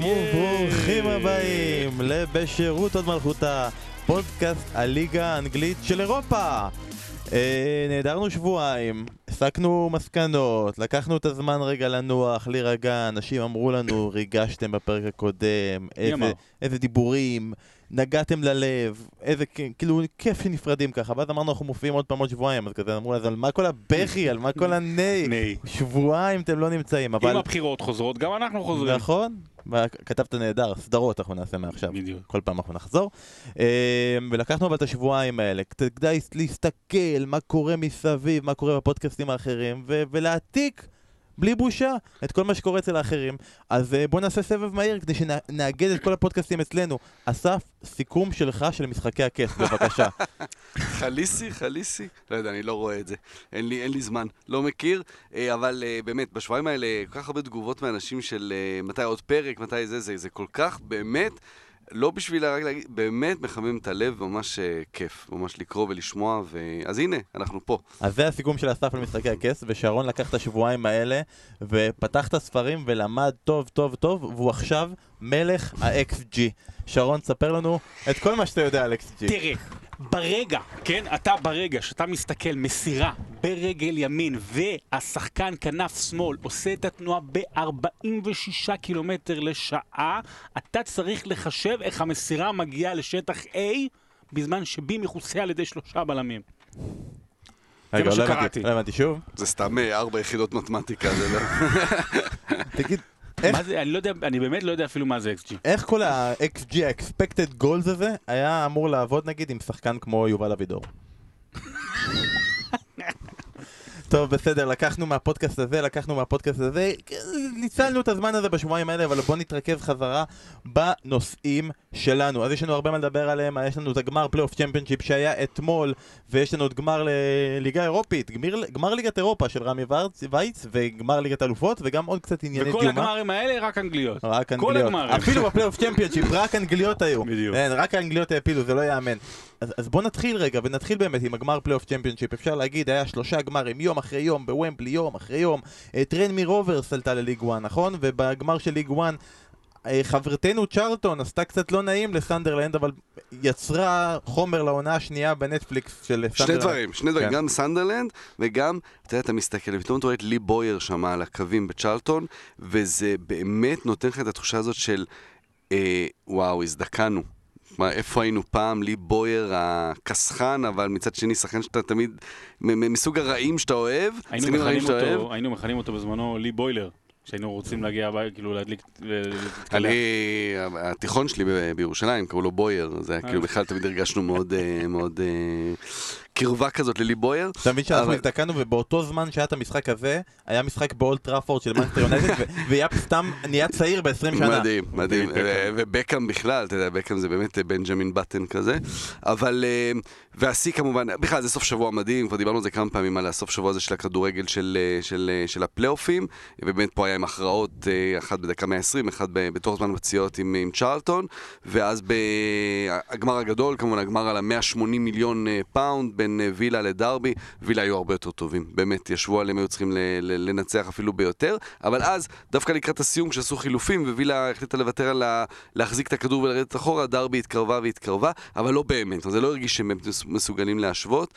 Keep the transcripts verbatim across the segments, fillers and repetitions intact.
וברוכים הבאים לבשירות עוד מלכותה, פודקאסט הליגה האנגלית של אירופה. אה, נהדרנו שבועיים, הסקנו מסקנות, לקחנו את הזמן רגע לנוח, להירגע. אנשים אמרו לנו, ריגשתם בפרק הקודם, איזה, איזה דיבורים, נגעתם ללב, איזה כאילו כיף שנפרדים ככה. ואז אמרנו אנחנו מופיעים עוד פעם עוד שבועיים, אז כזה אמרו, אז על מה כל הבכי, על מה כל הני, שבועיים אתם לא נמצאים. אבל... אם הבחירות חוזרות, גם אנחנו חוזרים. נכון, כתבת נהדר, סדרות אנחנו נעשה מעכשיו, בדיוק. כל פעם אנחנו נחזור. ולקחנו אבל את השבועיים האלה, כדי להסתכל מה קורה מסביב, מה קורה בפודקאסטים האחרים, ולהעתיק בלי בושה את כל מה שקורה אצל האחרים. אז בוא נעשה סבב מהיר כדי שנאגד את כל הפודקאסטים אצלנו. אסף, סיכום שלך של משחקי הכס, בבקשה. חליסי, חליסי. לא יודע, אני לא רואה את זה. אין לי, אין לי זמן. לא מכיר, אבל באמת, בשבועיים האלה, כל כך הרבה תגובות מאנשים של מתי עוד פרק, מתי זה, זה, זה כל כך, באמת, לא בשביל רק להגיד, באמת מחמם את הלב, ממש כיף, ממש לקרוא ולשמוע, ו... אז הנה, אנחנו פה. אז זה הסיכום של אסף על משחקי הכס, ושרון לקח את השבועיים האלה, ופתח את הספרים ולמד טוב טוב טוב, והוא עכשיו מלך ה-אקס ג'י. שרון, תספר לנו את כל מה שאתה יודע על אקס ג'י. תראה, ברגע, כן, אתה ברגע שאתה מסתכל מסירה ברגל ימין והשחקן כנף שמאל עושה את התנועה ב-ארבעים ושישה קילומטר לשעה, אתה צריך לחשב איך המסירה מגיעה לשטח A בזמן ש-B מכוסה על ידי שלושה בלמים. זה מה שקראתי. לא הבנתי שוב. זה סתם ארבע יחידות מתמטיקה, זה לא... תגיד, מה זה? אני לא יודע, אני באמת לא יודע אפילו מה זה אקס ג'י. איך כל ה-אקס ג'י, ה-Expected Goals הזה, היה אמור לעבוד נגיד עם שחקן כמו יובל אבידור? טוב, בסדר, לקחנו מהפודקאסט הזה, לקחנו מהפודקאסט הזה, ניצלנו את הזמן הזה בשבועיים האלה, אבל בואו נתרכז חזרה בנושאים שלנו. אז יש לנו הרבה מה לדבר עליהם, יש לנו את הגמר פלייאוף צ'מפיונשיפ שהיה אתמול, ויש לנו את גמר ליגה אירופית, גמר, גמר ליגת אירופה של רמי וייץ, וגמר ליגת אלופות, וגם עוד קצת ענייני דיומה. וכל הגמרים האלה רק אנגליות. רק אנגליות. אפילו בפלייאוף צ'מפיונשיפ, רק אנגליות היו. אין, רק האנגליות העפילו, זה לא יאמן. אז, אז בוא נתחיל רגע, ונתחיל באמת עם הגמר פלייאוף צ'מפיונשיפ. אפשר להגיד, היה שלושה גמרים, יום אחרי יום, בוומבלי, יום אחרי יום. טרנמי רוברס עלתה לליג וואן, נכון? ובגמר של ליג וואן, חברתנו צ'רלטון עשתה קצת לא נעים לסנדרלנד, אבל יצרה חומר לעונה השנייה בנטפליקס של סנדרלנד. שני דברים, שני דברים, גם סנדרלנד וגם, אתה יודע, אתה מסתכל, ופתאום אתה רואה את לי בויר שם על הקווים בצ'רלטון, וזה באמת נותן לך את התחושה הזאת של, אה, וואו, הזדקנו. מה, איפה היינו פעם, לי בויר הכסחן, אבל מצד שני שחקן שאתה תמיד, מסוג הרעים שאתה אוהב, היינו מכנים אותו, היינו מכנים אותו בזמנו לי בוילר. שהיינו רוצים להגיע הבא, כאילו להדליק... אני, התיכון שלי בירושלים, קראו לו בויר, זה היה כאילו בכלל תמיד הרגשנו מאוד, מאוד קרבה כזאת ללי בויר. תמיד שאנחנו הזדקנו, ובאותו זמן שהיה את המשחק הזה, היה משחק באולד טראפורד של מנצ'סטר יונייטד, והיה סתם נהיה צעיר ב-עשרים שנה. מדהים, מדהים, ובקאם בכלל, אתה יודע, בקאם זה באמת בנג'מין בטן כזה, אבל, והשיא כמובן, בכלל זה סוף שבוע מדהים, כבר דיברנו על זה כמה פעמים, על הסוף שבוע הזה של הכדורגל של הפלייאופים, ובאמת פה היה עם הכרעות, אחת בדקה מאה ועשרים, אחת בתוך זמן פציעות עם, עם צ'רלטון, ואז בהגמר הגדול, כמובן הגמר על ה-מאה ושמונים מיליון פאונד, בין וילה לדרבי, וילה היו הרבה יותר טובים, באמת ישבו עליהם, היו צריכים לנצח אפילו ביותר, אבל אז, דווקא לקראת הסיום, כשעשו חילופים, ווילה החליטה לוותר על להחזיק את הכדור ולרדת אחורה, דרבי התקרבה והתקרבה, אבל לא באמת, זה לא הרגיש שהם מסוגלים להשוות.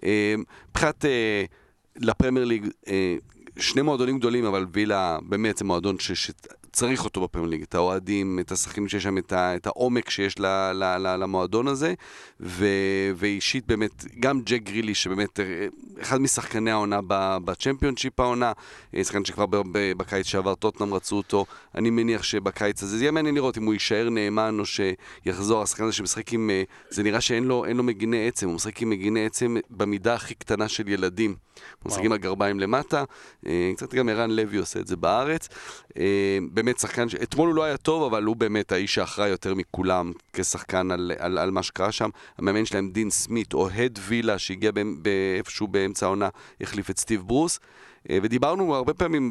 מבחינת לפרמייר ליג, שני מועדונים גדולים, אבל וילה באמת זה מועדון ש... צריך אותו בפרמייר ליג, את האוהדים, את השחקנים שיש שם, את, ה, את העומק שיש ל, ל, ל, למועדון הזה, ו, ואישית באמת, גם ג'ק גרילי, שבאמת אחד משחקני העונה בצ'מפיונשיפ העונה, שחקן שכבר בקיץ שעבר טוטנהאם רצו אותו, אני מניח שבקיץ הזה, זה יהיה מעניין לראות אם הוא יישאר נאמן או שיחזור, השחקן הזה שמשחק עם, זה נראה שאין לו, אין לו מגיני עצם, הוא משחק עם מגיני עצם במידה הכי קטנה של ילדים, הוא משחק עם הגרביים למטה, קצת גם ערן לוי עושה את זה בארץ, באמת שחקן, אתמול הוא לא היה טוב, אבל הוא באמת האיש האחראי יותר מכולם כשחקן על, על, על מה שקרה שם. המאמן שלהם, דין סמית, אוהד וילה, שהגיע באיפשהו באמצע העונה, החליף את סטיב ברוס. ודיברנו הרבה פעמים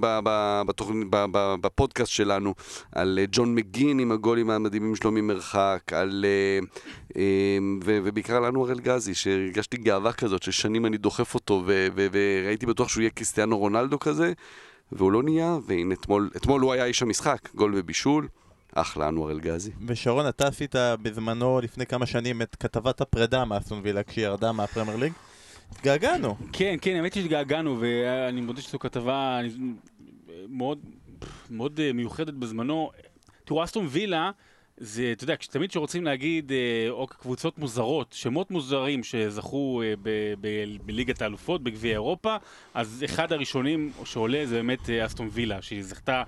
בפודקאסט שלנו על ג'ון מגין עם הגולים המדהימים שלו ממרחק, על, ובעיקר לנו אראל גזי, שהרגשתי גאווה כזאת, ששנים אני דוחף אותו, וראיתי בטוח שהוא יהיה קריסטיאנו רונלדו כזה, והוא לא נהיה, והנה אתמול, אתמול הוא היה איש המשחק, גול ובישול, אחלה, אנואר אלגזי. ושרון, אתה עשית בזמנו לפני כמה שנים את כתבת הפרידה מאסטון וילה כשהיא ירדה מהפרמייר ליג. התגעגענו. כן, כן, האמת שהתגעגענו, ואני מודה שזו כתבה מאוד, מאוד מיוחדת בזמנו. תראו, אסטון וילה, זה, אתה יודע, תמיד שרוצים להגיד, או קבוצות מוזרות, שמות מוזרים שזכו ב- ב- בליגת האלופות, בגביע אירופה, אז אחד הראשונים שעולה זה באמת אסטון וילה, שהיא זכתה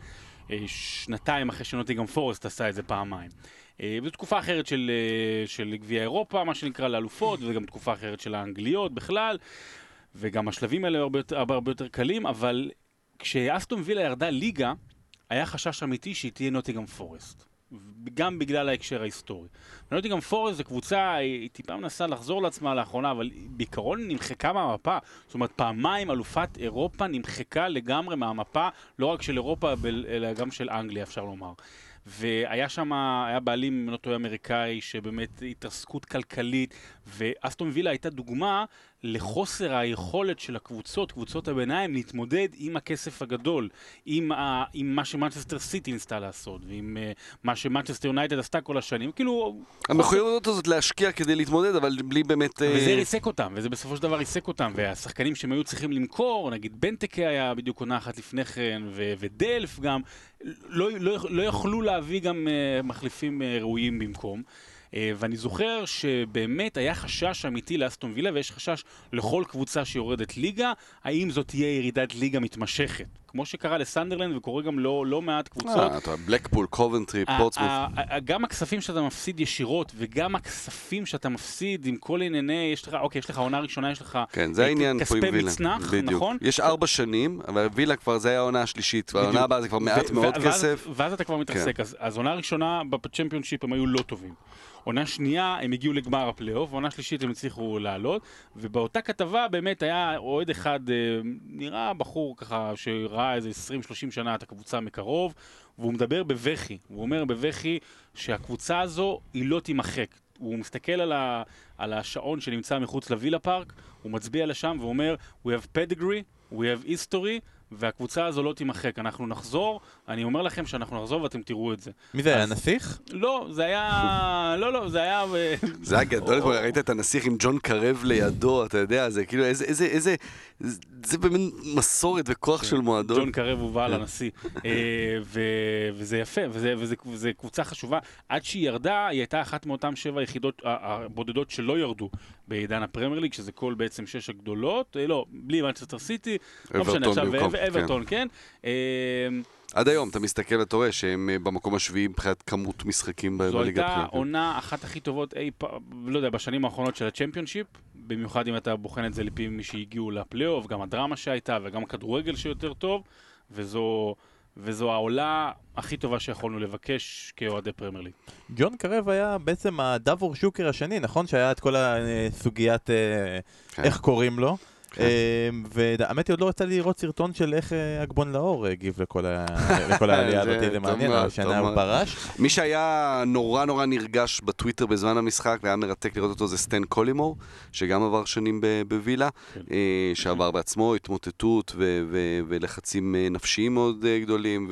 שנתיים אחרי שנוטינגהאם פורסט עשה את זה פעמיים. וזו תקופה אחרת של, של גביע אירופה, מה שנקרא לאלופות, וגם תקופה אחרת של האנגליות בכלל, וגם השלבים האלה הרבה יותר, הרבה יותר קלים, אבל כשאסטון וילה ירדה ליגה, היה חשש אמיתי שהיא תהיה נוטינגהאם פורסט. גם בגלל ההקשר ההיסטורי. נוטינגהאם פורסט זו קבוצה, היא טיפה מנסה לחזור לעצמה לאחרונה, אבל בעיקרון נמחקה מהמפה. זאת אומרת, פעמיים אלופת אירופה נמחקה לגמרי מהמפה, לא רק של אירופה, אלא גם של אנגליה, אפשר לומר. והיה שם, היה בעלים מנוטוי אמריקאי שבאמת התרסקות כלכלית, ואסטון וילה הייתה דוגמה לחוסר היכולת של הקבוצות, קבוצות הביניים, להתמודד עם הכסף הגדול, עם, ה, עם מה שמנצ'סטר סיטי ניסתה לעשות, ועם uh, מה שמנצ'סטר יונייטד עשתה כל השנים. כאילו... המחויבות הזאת להשקיע כדי להתמודד, אבל בלי באמת... וזה ריסק אותם, וזה בסופו של דבר ריסק אותם, והשחקנים שהם היו צריכים למכור, נגיד בנטקה היה בדיוק עונה אחת לפני כן, ו- ודלף גם, לא, לא, לא יכלו להביא גם uh, מחליפים uh, ראויים במקום. Uh, ואני זוכר שבאמת היה חשש אמיתי לאסטון וילה, ויש חשש לכל קבוצה שיורדת ליגה, האם זאת תהיה ירידת ליגה מתמשכת. כמו שקרה לסנדרלנד וקורה גם לא, לא מעט קבוצות. אה, אתה בלקפול, קובנטרי, פורטסמות'. גם הכספים שאתה מפסיד ישירות, וגם הכספים שאתה מפסיד עם כל ענייני, יש לך, אוקיי, יש לך עונה ראשונה, יש לך כן, זה העניין פה עם כספי וילה. מצנח, בדיוק. נכון? יש ארבע שנים, אבל וילה כבר, זה היה העונה השלישית, והעונה הבאה זה כבר מעט מאוד כסף. ואז אתה כבר מתעסק. אז עונה ראשונה בצ'מפיונשיפ הם היו לא טובים. עונה שנייה הם הגיעו לגמר הפלייאוף, ועונה שלישית הם הצליחו לעלות, ובאותה כתבה באמת היה אוהד אחד, נראה בחור ככה שראה איזה עשרים שלושים שנה את הקבוצה מקרוב, והוא מדבר בבכי, הוא אומר בבכי שהקבוצה הזו היא לא תימחק. הוא מסתכל על, ה, על השעון שנמצא מחוץ לווילה פארק, הוא מצביע לשם ואומר, we have pedigree, we have history, והקבוצה הזו לא תימחק. אנחנו נחזור, אני אומר לכם שאנחנו נחזור ואתם תראו את זה. מי זה היה, נסיך? לא, זה היה... לא, לא, זה היה... זה היה גדול, ראית את הנסיך עם ג'ון קרב לידו, אתה יודע, זה כאילו איזה, איזה, איזה... זה באמת מסורת וכוח של מועדון. ג'ון קרב הוא בעל הנשיא. וזה יפה, וזה קבוצה חשובה. עד שהיא ירדה, היא הייתה אחת מאותן שבע יחידות הבודדות שלא ירדו בעידן הפרמייר ליג, שזה כל בעצם שש הגדולות, לא, בלי מנצ'סטר סיטי, לא משנה עכשיו, אברטון, כן. עד היום אתה מסתכל ואתה רואה שהם במקום השביעי מבחינת כמות משחקים בליגה. זו הייתה עונה אחת הכי טובות אי פעם, לא יודע, בשנים האחרונות של הצ'מפיונשיפ, במיוחד אם אתה בוחן את זה לפי מי שהגיעו לפלייאוף, גם הדרמה שהייתה וגם הכדורגל שיותר טוב, וזו... וזו העולה הכי טובה שיכולנו לבקש כאוהדי פרמייר ליג. ג'ון קרב היה בעצם הדאבור שוקר השני, נכון? שהיה את כל הסוגיית איך קוראים לו. והאמת היא עוד לא רצה לראות סרטון של איך אגבון לאור הגיב לכל העלייה הזאת, זה מעניין, השנה הוא פרש. מי שהיה נורא נורא נרגש בטוויטר בזמן המשחק והיה מרתק לראות אותו זה סטן קולימור, שגם עבר שנים בווילה, שעבר בעצמו התמוטטות ולחצים נפשיים מאוד גדולים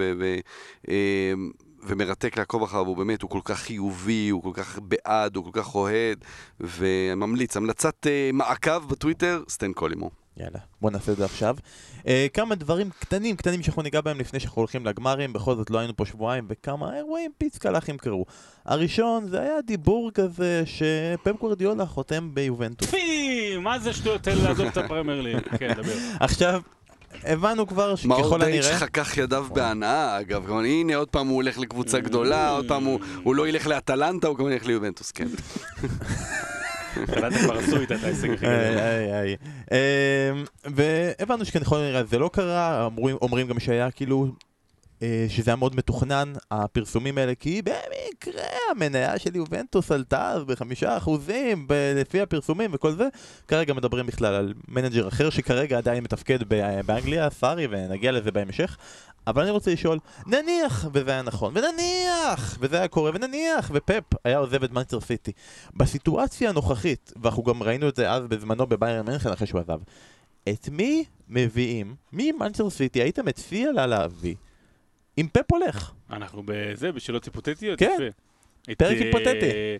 ומרתק לעקוב אחריו, הוא באמת, הוא כל כך חיובי, הוא כל כך בעד, הוא כל כך אוהד, וממליץ, המלצת מעקב בטוויטר, סטן קולימור. יאללה, בוא נעשה את זה עכשיו. אה, כמה דברים קטנים, קטנים שאנחנו ניגע בהם לפני שאנחנו הולכים לגמרים, בכל זאת לא היינו פה שבועיים, וכמה אירועים פיצקלחים קרו. הראשון, זה היה דיבור כזה שפפ גוארדיולה חותם ביובנטוס. פי, מה זה שטויות אלה לעזוב את הפרמייר ליג? כן, דבר. עכשיו, הבנו כבר שככל הנראה... מאור דייץ' חכך ידיו בהנאה, אגב. כלומר, הנה, עוד פעם הוא הולך לקבוצה גדולה, עוד פעם הוא לא ילך לאטלנטה, הוא גם ילך ליובנטוס, כן. אטלנטה כבר עשו איתה את ההישג הכי גדול. והבנו שככל הנראה זה לא קרה, אומרים גם שהיה כאילו... שזה היה מאוד מתוכנן, הפרסומים האלה, כי במקרה המניה של יובנטוס עלתה אז בחמישה אחוזים לפי הפרסומים וכל זה. כרגע מדברים בכלל על מנג'ר אחר שכרגע עדיין מתפקד באנגליה, סארי, ונגיע לזה בהמשך. אבל אני רוצה לשאול, נניח וזה היה נכון, ונניח וזה היה קורה, ונניח ופפ היה עוזב את מנצ'סטר סיטי. בסיטואציה הנוכחית, ואנחנו גם ראינו את זה אז בזמנו בביירן מינכן אחרי שהוא עזב, את מי מביאים, מי מנצ'סטר סיטי, היית מציע לה להביא אם פפ הולך. אנחנו בזה, בשאלות היפותטיות? כן. יפה. פרק את, היפותטי. אה,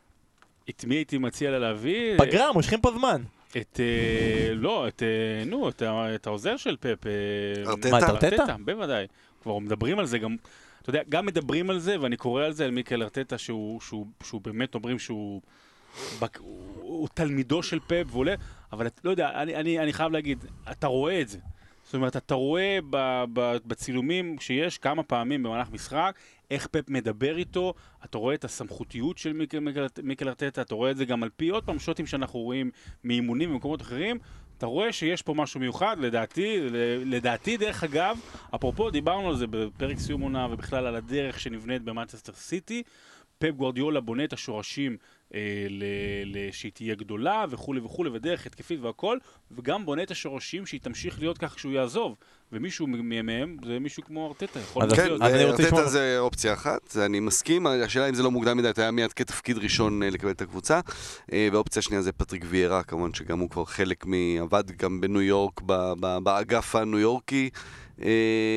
את מי הייתי מציע לה להביא? פגרה, מושכים פה זמן. את, אה, לא, את, אה, נו, את, ה- את העוזר של פפ. אה, ארטטה? מה, את ארטטה? בוודאי. כבר מדברים על זה גם, אתה יודע, גם מדברים על זה, ואני קורא על זה, על מיקל ארטטה, שהוא, שהוא, שהוא באמת אומרים שהוא בק, הוא, הוא תלמידו של פפ ועולה, אבל את, לא יודע, אני, אני, אני חייב להגיד, אתה רואה את זה. זאת אומרת, אתה רואה ב, ב, בצילומים שיש כמה פעמים במהלך משחק, איך פפ מדבר איתו, אתה רואה את הסמכותיות של מיקל, מיקל, מיקל ארטטה, אתה רואה את זה גם על פי עוד פעם שוטים שאנחנו רואים מאימונים במקומות אחרים, אתה רואה שיש פה משהו מיוחד, לדעתי, לדעתי דרך אגב, אפרופו דיברנו על זה בפרק סיום עונה ובכלל על הדרך שנבנית במנצ'סטר סיטי, פפ גוארדיולה בונה את השורשים אה, ל, ל, שהיא תהיה גדולה וכו' וכו' ודרך התקפית והכל, וגם בונה את השורשים שהיא תמשיך להיות כך כשהוא יעזוב, ומישהו מהם זה מישהו כמו ארטטה, יכול אז כן, להיות. אז אני רוצה ארטטה לשמוע- זה אופציה אחת, אני מסכים, השאלה אם זה לא מוקדם מדי, אתה היה מיד כתפקיד ראשון אה, לקבל את הקבוצה, אה, והאופציה השנייה זה פטריק ויירה, כמובן שגם הוא כבר חלק מ... עבד גם בניו יורק, ב- ב- באגף הניו יורקי, אה,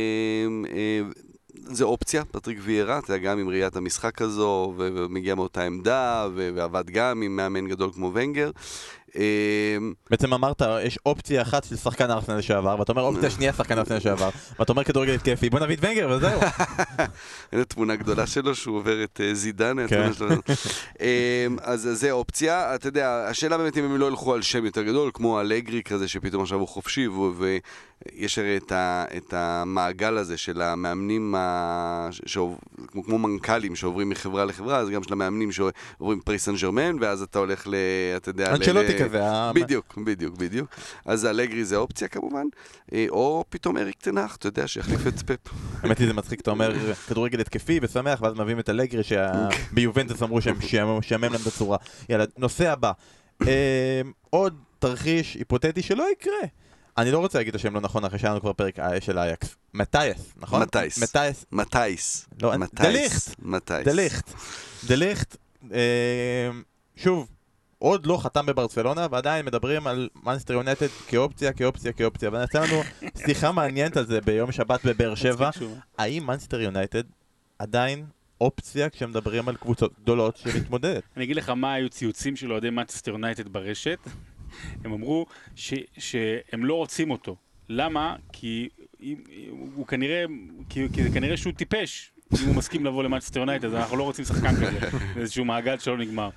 אה, זה אופציה, פטריק ויירה, אתה יודע, גם עם ראיית המשחק הזו, ו- ומגיע מאותה עמדה, ו- ועבד גם עם מאמן גדול כמו ונגר. אה, בעצם אמרת, יש אופציה אחת של שחקן ארסנל לשעבר, ואתה אומר אופציה שנייה שחקן ארסנל לשעבר, ואתה אומר כדורגל התקפי, בוא נביא את ונגר וזהו. הנה תמונה גדולה שלו, שהוא עובר את אה, זידן, כן. התמונה שלו. אה, אז זה אופציה, אתה יודע, השאלה באמת אם הם לא ילכו על שם יותר גדול, כמו אלגרי כזה, שפתאום עכשיו הוא חופשי, והוא- ויש הרי את ה- את המעגל הזה של המאמנים, ה- שעוב- כמו כמו מנכ"לים שעוברים מחברה לחברה, אז גם של המאמנים שעוברים פריס סן ז'רמן, ואז אתה הולך ל... אתה יודע... ל- אנצ'לוטי ל- כזה. ה- בדיוק, בדיוק, בדיוק. אז אלגרי זה אופציה כמובן, אה, או פתאום אריק תנח, אתה יודע, שיחליף את פפ. האמת היא זה מצחיק, אתה אומר כדורגל התקפי ושמח, ואז מביאים את אלגרי שביובנטוס אמרו שהם שיאמם להם את הצורה. יאללה, נושא הבא. אה, עוד תרחיש היפותטי שלא יקרה. אני לא רוצה להגיד את השם לא נכון, אחרי שהיה לנו כבר פרק אה, של אייקס. מטייס, נכון? מטייס. מטייס. מטייס. לא, דליכט. מטייס. דליכט. דליכט, אה, שוב, עוד לא חתם בברצלונה, ועדיין מדברים על מנצ'סטר יונייטד כאופציה, כאופציה, כאופציה. ונעשה לנו שיחה מעניינת על זה ביום שבת בבאר שבע. האם מנצ'סטר יונייטד עדיין אופציה כשמדברים על קבוצות גדולות שמתמודדת? אני אגיד לך מה היו ציוצים של אוהדי מנצ'סטר יונייטד ברשת. הם אמרו ש, שהם לא רוצים אותו. למה? כי הוא כנראה, כי, כי זה כנראה שהוא טיפש. אם הוא מסכים לבוא למנצ'סטר יונייטד, אז אנחנו לא רוצים שחקן כזה. זה איזשהו מעגל שלא נגמר.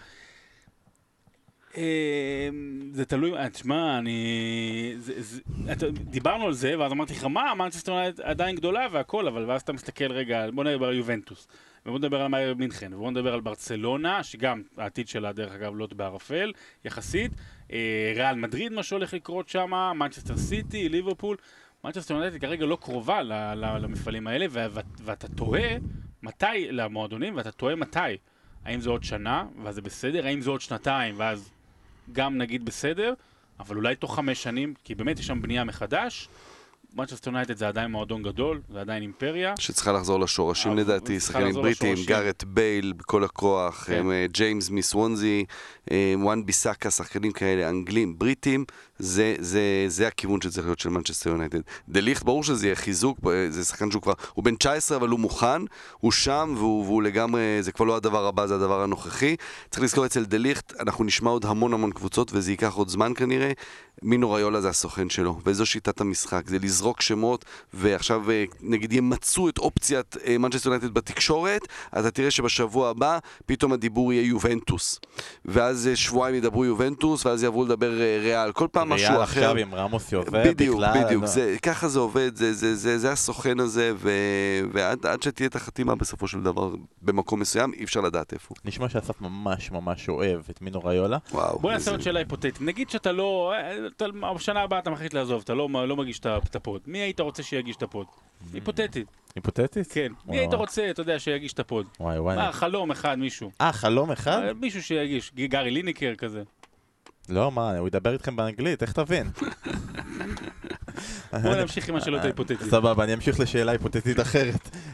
זה תלוי, תשמע, אני... דיברנו על זה, ואז אמרתי לך, מה, מנצ'סטר יונייטד עדיין גדולה והכל, אבל ואז אתה מסתכל רגע, בוא נדבר על יובנטוס, ובוא נדבר על מאייר מינכן, ובוא נדבר על ברצלונה, שגם העתיד שלה, דרך אגב, לוט בערפל, יחסית, ריאל מדריד, מה שהולך לקרות שם, מנצ'סטר סיטי, ליברפול, מנצ'סטר יונייטד כרגע לא קרובה למפעלים האלה, ואתה תוהה מתי למועדונים, ואתה תוהה מתי. האם זה עוד שנה, ואז זה בסדר, האם זה עוד שנתיים, ואז גם נגיד בסדר, אבל אולי תוך חמש שנים, כי באמת יש שם בנייה מחדש, מנצ'סטר יונייטד זה עדיין מועדון גדול, זה עדיין אימפריה. שצריכה לחזור לשורשים לדעתי, שחקנים בריטים, גארט בייל בכל הכוח, ג'יימס מסוונזי, וואן ביסאקה, שחקנים כאלה, אנגלים, בריטים, זה הכיוון שצריך להיות של מנצ'סטר יונייטד. דליכט, ברור שזה יהיה חיזוק, זה שחקן שהוא כבר, הוא בן תשע עשרה אבל הוא מוכן, הוא שם והוא לגמרי, זה כבר לא הדבר הבא, זה הדבר הנוכחי. צריך לזכור אצל דליכט, אנחנו נשמע עוד המון המון קבוצות וזה ייקח עוד זמן כנראה. מינו ריולה זה הסוכן שלו, וזו שיטת המשחק, זה לזרוק שמות, ועכשיו נגיד ימצאו את אופציית מנצ'סטר יונייטד בתקשורת, אתה תראה שבשבוע הבא פתאום הדיבור יהיה יובנטוס, ואז שבועיים ידברו יובנטוס, ואז יעברו לדבר ריאל, כל פעם משהו אחר. ריאל עכשיו עם רמוס יובל, בדיוק, בכלל, בדיוק, לא. זה, ככה זה עובד, זה, זה, זה, זה הסוכן הזה, ו, ועד עד שתהיה את החתימה בסופו של דבר במקום מסוים, אי אפשר לדעת איפה. נשמע שאסף ממש ממש אוהב את מינו ריולה. וואו. בוא נעשה עוד שאלה היפותטית. נגיד שאתה לא, בשנה הבאה אתה מחליט לעזוב, אתה לא, לא מגיש את הפוד. מי היית רוצה שיגיש את הפוד? היפותטית. היפותטית? כן. מי היית רוצה, אתה יודע, שיגיש את הפוד? וואי וואי. מה, חלום אחד, מישהו. אה, חלום אחד? מישהו שיגיש, גארי ליניקר כזה. לא, מה, הוא ידבר איתכם באנגלית, איך תבין? בוא נמשיך עם השאלות ההיפותטיות. סבבה, אני אמשיך לשאלה היפותטית אחרת.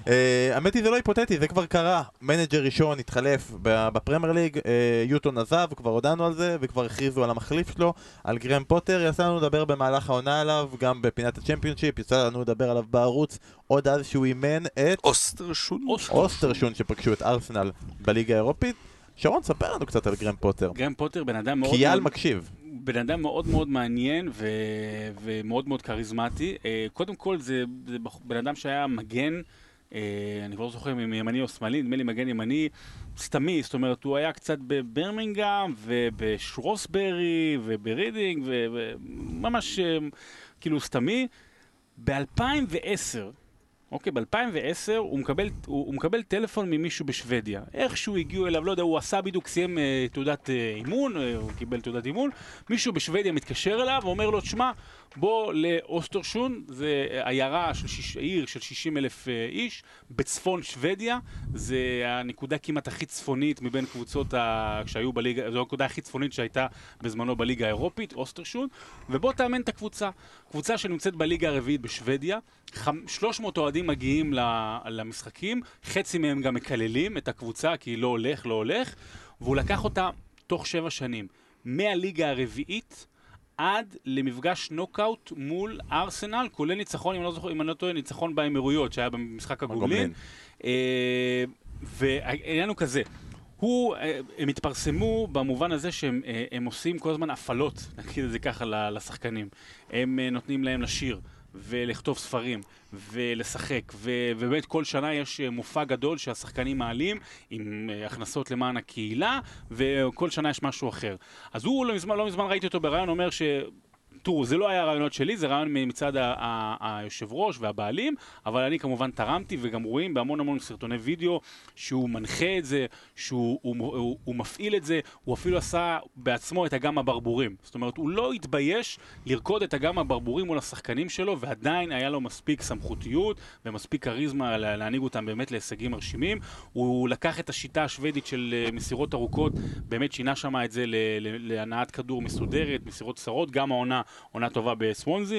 האמת היא זה לא היפותטי, זה כבר קרה. מנג'ר ראשון התחלף בפרמייר ליג, יוטון עזב, כבר הודענו על זה, וכבר הכריזו על המחליף שלו, על גרם פוטר. יצא לנו לדבר במהלך העונה עליו, גם בפינת הצ'מפיונשיפ, יצא לנו לדבר עליו בערוץ, עוד אז שהוא אימן את אוסטרשון. אוסטרשון שפגשו את ארסנל בליגה האירופית. שרון, ספר לנו קצת על גרם פוטר. גרם פוטר בן אדם מאוד... כי יעל מקשיב. בן אדם מאוד מאוד מעניין ו... ומאוד מאוד קריזמטי. קודם כל זה, זה בן אדם שהיה מגן, אני כבר לא זוכר אם ימני או שמאלי, נדמה לי מגן ימני סתמי, זאת אומרת הוא היה קצת בברמינגהאם ובשרוסברי וברידינג וממש כאילו סתמי. ב-אלפיים ועשר, אוקיי, ב-אלפיים ועשר הוא מקבל, הוא, הוא מקבל טלפון ממישהו בשוודיה. איכשהו הגיעו אליו, לא יודע, הוא עשה בדיוק, סיים אה, תעודת אה, אימון, אה, הוא קיבל תעודת אימון, מישהו בשוודיה מתקשר אליו ואומר לו, תשמע, בוא לאוסטרשון, זה עיירה של שיש, עיר של שישים אלף אה, איש, בצפון שוודיה, זה הנקודה כמעט הכי צפונית מבין קבוצות ה... שהיו בליגה, זו הנקודה הכי צפונית שהייתה בזמנו בליגה האירופית, אוסטרשון, ובוא תאמן את הקבוצה. קבוצה שנמצאת בליגה הרביעית בשוודיה, שלוש מאות אוהדים מגיעים למשחקים, חצי מהם גם מקללים את הקבוצה כי לא הולך, לא הולך, והוא לקח אותה תוך שבע שנים, מהליגה הרביעית עד למפגש נוקאוט מול ארסנל, כולל ניצחון, אם אני לא זוכר, אם אני לא טועה, ניצחון באמירויות, שהיה במשחק הגומלין. והעניין הוא כזה, הוא, הם התפרסמו במובן הזה שהם הם עושים כל הזמן הפעלות, נגיד את זה ככה לשחקנים. הם נותנים להם לשיר ולכתוב ספרים ולשחק, ו- ובאמת כל שנה יש מופע גדול שהשחקנים מעלים עם הכנסות למען הקהילה, וכל שנה יש משהו אחר. אז הוא לא מזמן, לא מזמן ראיתי אותו ברעיון אומר ש... תראו, זה לא היה רעיונות שלי, זה רעיון מצד היושב ראש והבעלים, אבל אני כמובן תרמתי, וגם רואים בהמון המון סרטוני וידאו שהוא מנחה את זה, שהוא הוא, הוא, הוא מפעיל את זה, הוא אפילו עשה בעצמו את אגם הברבורים. זאת אומרת, הוא לא התבייש לרקוד את אגם הברבורים מול השחקנים שלו, ועדיין היה לו מספיק סמכותיות ומספיק קריזמה להנהיג אותם באמת להישגים מרשימים. הוא לקח את השיטה השוודית של מסירות ארוכות, באמת שינה שמה את זה להנעת כדור מסודרת, מסירות קצרות, גם העונה עונה טובה בסוונזי.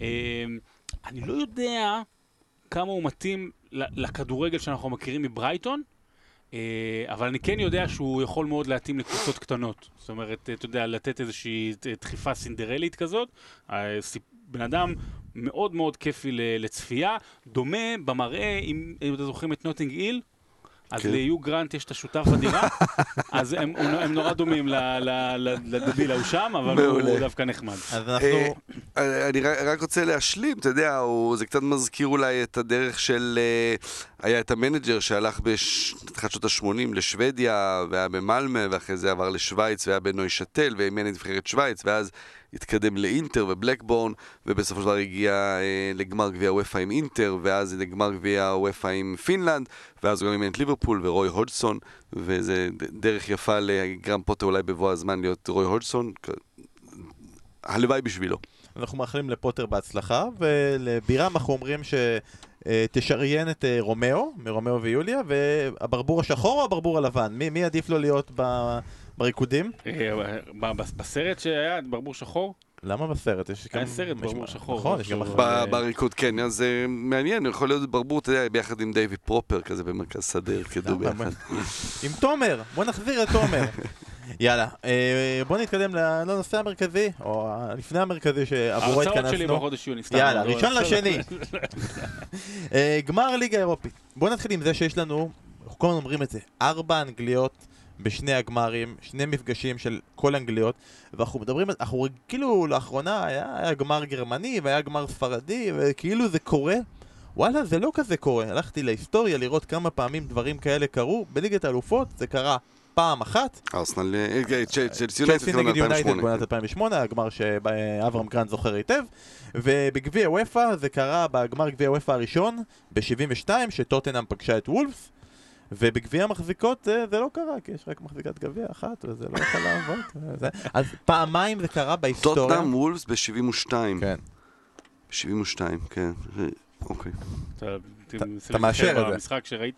אני לא יודע כמה הוא מתאים לכדורגל שאנחנו מכירים מברייטון, אבל אני כן יודע שהוא יכול מאוד להתאים לקבוצות קטנות. זאת אומרת, אתה יודע, לתת איזושהי דחיפה סינדרלית כזאת. בן אדם מאוד מאוד כיפי לצפייה, דומה במראה, אם אתם זוכרים את נוטינג איל, אז ליו גרנט יש את השותף בדירה, אז הם, הם נורא דומים לדביל ההוא שם, אבל הוא דווקא נחמד. אז אנחנו... אני רק רוצה להשלים, אתה יודע, זה קצת מזכיר אולי את הדרך של... היה את המנג'ר שהלך בתחילת שנות ה-שמונים לשוודיה, והיה במלמה, ואחרי זה עבר לשוויץ, והיה בנוי שטל, ואימן את נבחרת שוויץ, ואז התקדם לאינטר ובלקבורן, ובסופו של דבר הגיע אה, לגמר גביע הוופא עם אינטר, ואז לגמר גביע הוופא עם פינלנד, ואז הוא גם אימן את ליברפול ורוי הודגסון, וזה דרך יפה לגרם פוטר אולי בבוא הזמן להיות רוי הודגסון, הלוואי בשבילו. אנחנו מאחלים לפוטר בהצלחה, ולבירם אנחנו אומרים שתשריין את רומאו, מרומאו ויוליה, והברבור השחור או הברבור הלבן? מי, מי עדיף לו להיות ב... בריקודים? בסרט שהיה ברבור שחור? למה בסרט? יש היה סרט ברבור שחור. נכון, יש גם... בריקוד, כן, אז מעניין, יכול להיות ברבור, אתה יודע, ביחד עם דיוויד פרופר, כזה במרכז סדר, כדו ביחד. עם תומר, בוא נחזיר את תומר. יאללה, בוא נתקדם לנושא המרכזי, או לפני המרכזי שעבורו התכנסנו. ההרצאות שלי בחודש יוני, סתם. יאללה, ראשון לשני. גמר ליגה אירופית. בוא נתחיל עם זה שיש לנו, אנחנו כל הזמן אומרים את זה, ארבע אנגליות בשני הגמרים, שני מפגשים של כל אנגליות, ואנחנו מדברים, אנחנו כאילו לאחרונה היה, היה גמר גרמני והיה גמר ספרדי, וכאילו זה קורה. וואלה, זה לא כזה קורה. הלכתי להיסטוריה לראות כמה פעמים דברים כאלה קרו. בליגת האלופות זה קרה פעם אחת. ארסנל, צ'לסי נגד יונייטד בעונת אלפיים ושמונה, הגמר שאברהם גרנט זוכר היטב. ובגביע וופא זה קרה בגמר גביע וופא הראשון, ב-שבעים ושתיים, שטוטנהאם פגשה את וולפס. ובגביע המחזיקות זה, זה לא קרה, כי יש רק מחזיקת גביע אחת, וזה לא יכול לעבוד. אז פעמיים זה קרה בהיסטוריה. טוטנהאם וולפס ב-שבעים ושתיים. כן. ב-שבעים ושתיים, כן. אוקיי. אתה מאשר את זה. במשחק שראית?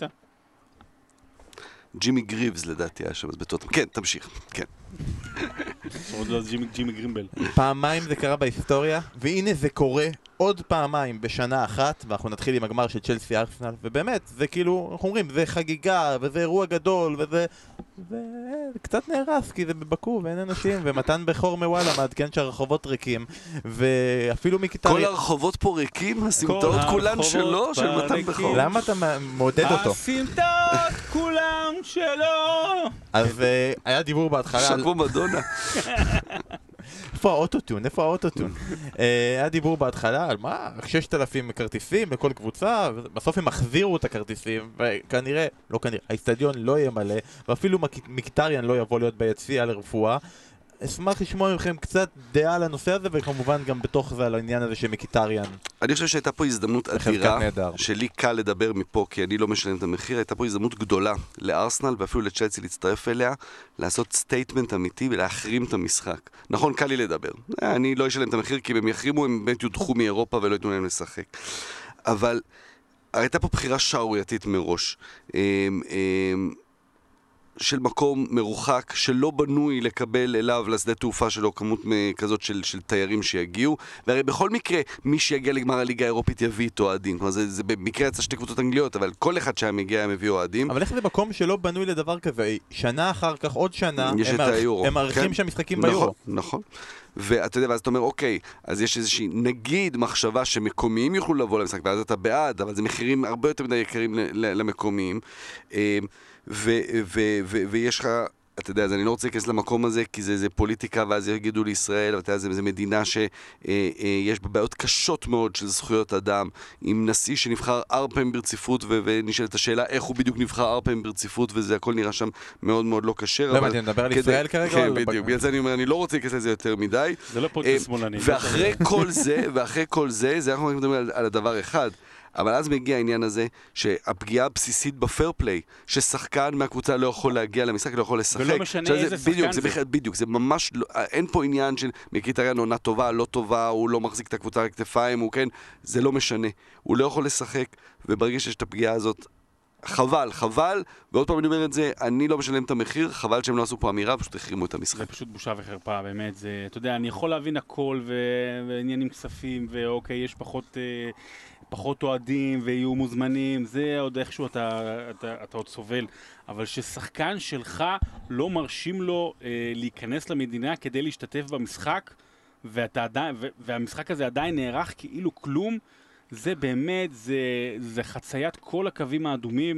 ג'ימי גריבס לדעתי היה שם, אז בטוטנהאם. כן, תמשיך. כן. עוד לא ג'ימי גרימבל. פעמיים זה קרה בהיסטוריה, והנה זה קורה עוד פעמיים בשנה אחת, ואנחנו נתחיל עם הגמר של צ'לסי ארסנל, ובאמת, זה כאילו, אנחנו אומרים, זה חגיגה, וזה אירוע גדול, וזה... זה קצת נהרס, כי זה בבקו, ואין אנשים, ומתן בכור מוואלה מעדכן שהרחובות ריקים, ואפילו מכיתה... כל הרחובות פה ריקים, הסמטאות כולן שלו, של מתן בכור. למה אתה מעודד אותו? הסמטאות כולם שלו! אז היה דיבור בהתחלה... שקו מדונה. איפה האוטוטון? איפה האוטוטון? היה דיבור בהתחלה על מה? ששת אלפים כרטיסים בכל קבוצה, בסוף הם החזירו את הכרטיסים, וכנראה, לא כנראה, האצטדיון לא יהיה מלא, ואפילו מקיטריאן לא יבוא להיות ביציע לרפואה. אשמח לשמוע מכם קצת דעה על הנושא הזה, וכמובן גם בתוך זה על העניין הזה שמקיטריאן. אני חושב שהייתה פה הזדמנות אדירה, שלי קל לדבר מפה, כי אני לא משלם את המחיר, הייתה פה הזדמנות גדולה לארסנל ואפילו לצ'לסי להצטרף אליה, לעשות סטייטמנט אמיתי ולהחרים את המשחק. נכון, קל לי לדבר. אני לא אשלם את המחיר, כי אם הם יחרימו, הם באמת יודחו מאירופה ולא ייתנו להם לשחק. אבל הייתה פה בחירה שערורייתית מראש. של מקום מרוחק, שלא בנוי לקבל אליו לשדה תעופה שלו כמות כזאת של, של תיירים שיגיעו, והרי בכל מקרה מי שיגיע לגמר הליגה האירופית יביא איתו אוהדים. כלומר זה, זה במקרה יצא שתי קבוצות אנגליות, אבל כל אחד שהיה מגיע הם הביאו אוהדים. אבל איך זה מקום שלא בנוי לדבר כזה? שנה אחר כך, עוד שנה, הם, הם מערכים כן? שם משחקים ביורו. נכון, נכון. ואתה יודע, ואז אתה אומר, אוקיי, אז יש איזושהי, נגיד, מחשבה שמקומיים יוכלו לבוא למשחק, ואז אתה בעד, אבל זה מחירים הרבה יותר מדי יקרים למקומיים. ו- ו- ו- ויש לך, אתה יודע, אז אני לא רוצה להיכנס למקום הזה, כי זה, זה פוליטיקה, ואז יגידו לישראל, ואתה יודע, זה, זה מדינה שיש בה בעיות קשות מאוד של זכויות אדם, עם נשיא שנבחר ארבע פעמים ברציפות, ו- ונשאלת השאלה איך הוא בדיוק נבחר ארבע פעמים ברציפות, וזה הכל נראה שם מאוד מאוד לא קשר. לא, אבל אני מדבר על ישראל כרגע. כן, בדיוק, בגלל זה אני אומר, אני לא רוצה להיכנס לזה יותר מדי. זה לא פודקאסט שמאלני. ואחרי כל זה, ואחרי כל זה, זה אנחנו מדברים על, על הדבר אחד. אבל אז מגיע העניין הזה שהפגיעה הבסיסית בפייר פליי, ששחקן מהקבוצה לא יכול להגיע למשחק, לא יכול לשחק. ולא משנה איזה שחקן בדיוק, זה. זה. בדיוק, זה ממש, אין פה עניין של מקיטריאן עונה טובה, לא טובה, הוא לא מחזיק את הקבוצה על הכתפיים, הוא כן, זה לא משנה. הוא לא יכול לשחק, וברגע שיש את הפגיעה הזאת, חבל, חבל, ועוד פעם אני אומר את זה, אני לא משלם את המחיר, חבל שהם לא עשו פה אמירה, פשוט החרימו את המשחק. זה פשוט בושה וחרפה, באמת, זה, אתה יודע, אני יכול להבין הכל, ו- ועניינים כספים, ואוקיי, יש פחות, אה, פחות אוהדים, ויהיו מוזמנים, זה עוד איכשהו אתה, אתה, אתה עוד סובל, אבל ששחקן שלך לא מרשים לו אה, להיכנס למדינה כדי להשתתף במשחק, ואתה עדיין, ו- והמשחק הזה עדיין נערך כאילו כלום, זה באמת, זה, זה חציית כל הקווים האדומים,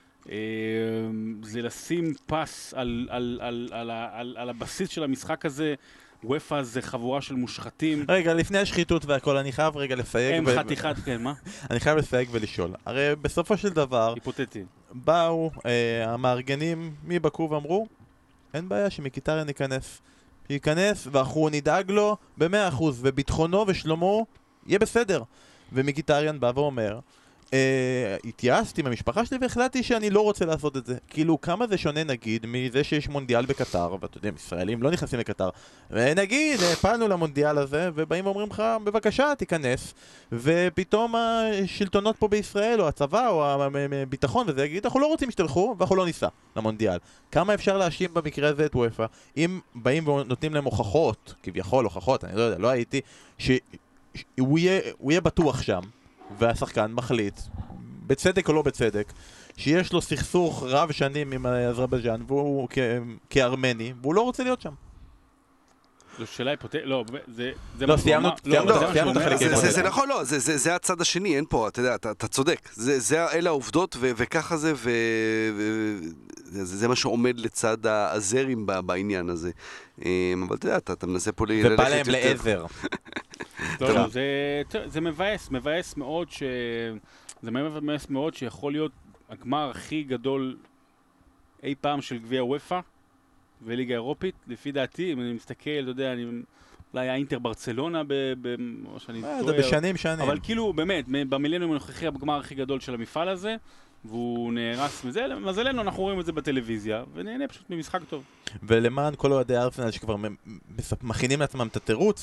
זה לשים פס על, על, על, על, על, על הבסיס של המשחק הזה. וופא זה חבורה של מושחתים. רגע, לפני השחיתות והכל, אני חייב רגע לפייג. הם ו... חתיכת, כן, מה? אני חייב לפייג ולשאול. הרי בסופו של דבר, היפותטי. באו אה, המארגנים מבקו ואמרו, אין בעיה שמקיטריאן ייכנס. ייכנס ואנחנו נדאג לו ב-מאה אחוז, וביטחונו ושלומו יהיה בסדר. ומקיטריאן בא ואומר, אה, התייעצתי עם המשפחה שלי והחלטתי שאני לא רוצה לעשות את זה. כאילו, כמה זה שונה נגיד מזה שיש מונדיאל בקטר, ואתה יודע, ישראלים לא נכנסים לקטר, ונגיד, פעלנו למונדיאל הזה, ובאים ואומרים לך, בבקשה, תיכנס, ופתאום השלטונות פה בישראל, או הצבא, או הביטחון, וזה יגיד, אנחנו לא רוצים שתלכו, ואנחנו לא ניסע למונדיאל. כמה אפשר להאשים במקרה הזה את וופא? אם באים ונותנים להם הוכחות, כביכול הוכחות, אני לא יודע, לא הייתי, ש... הוא יהיה, הוא יהיה בטוח שם, והשחקן מחליט, בצדק או לא בצדק, שיש לו סכסוך רב שנים עם אזרבייג'אן, והוא כ- כארמני, והוא לא רוצה להיות שם. זו שאלה היפותטית, לא, זה... לא, סיימנו את החלקים. זה נכון, לא, זה הצד השני, אין פה, אתה יודע, אתה צודק. אלה העובדות, וככה זה, וזה מה שעומד לצד הזרים בעניין הזה. אבל אתה יודע, אתה מנסה פה ללכת יותר. ובא להם לעזר. לא, לא, זה מבאס, מבאס מאוד ש... זה מבאס מאוד שיכול להיות הגמר הכי גדול אי פעם של גביע וופא וליגה אירופית. לפי דעתי, אם אני מסתכל, אתה יודע, אני... אולי היה אינטר ברצלונה ב... או שאני טועה. זה בשנים שנים. אבל כאילו, באמת, במילניום הנוכחי הגמר הכי גדול של המפעל הזה, והוא נהרס מזה, למזלנו אנחנו רואים את זה בטלוויזיה, ונהנה פשוט ממשחק טוב. ולמען כל אוהדי ארסנל שכבר מכינים לעצמם את התירוץ,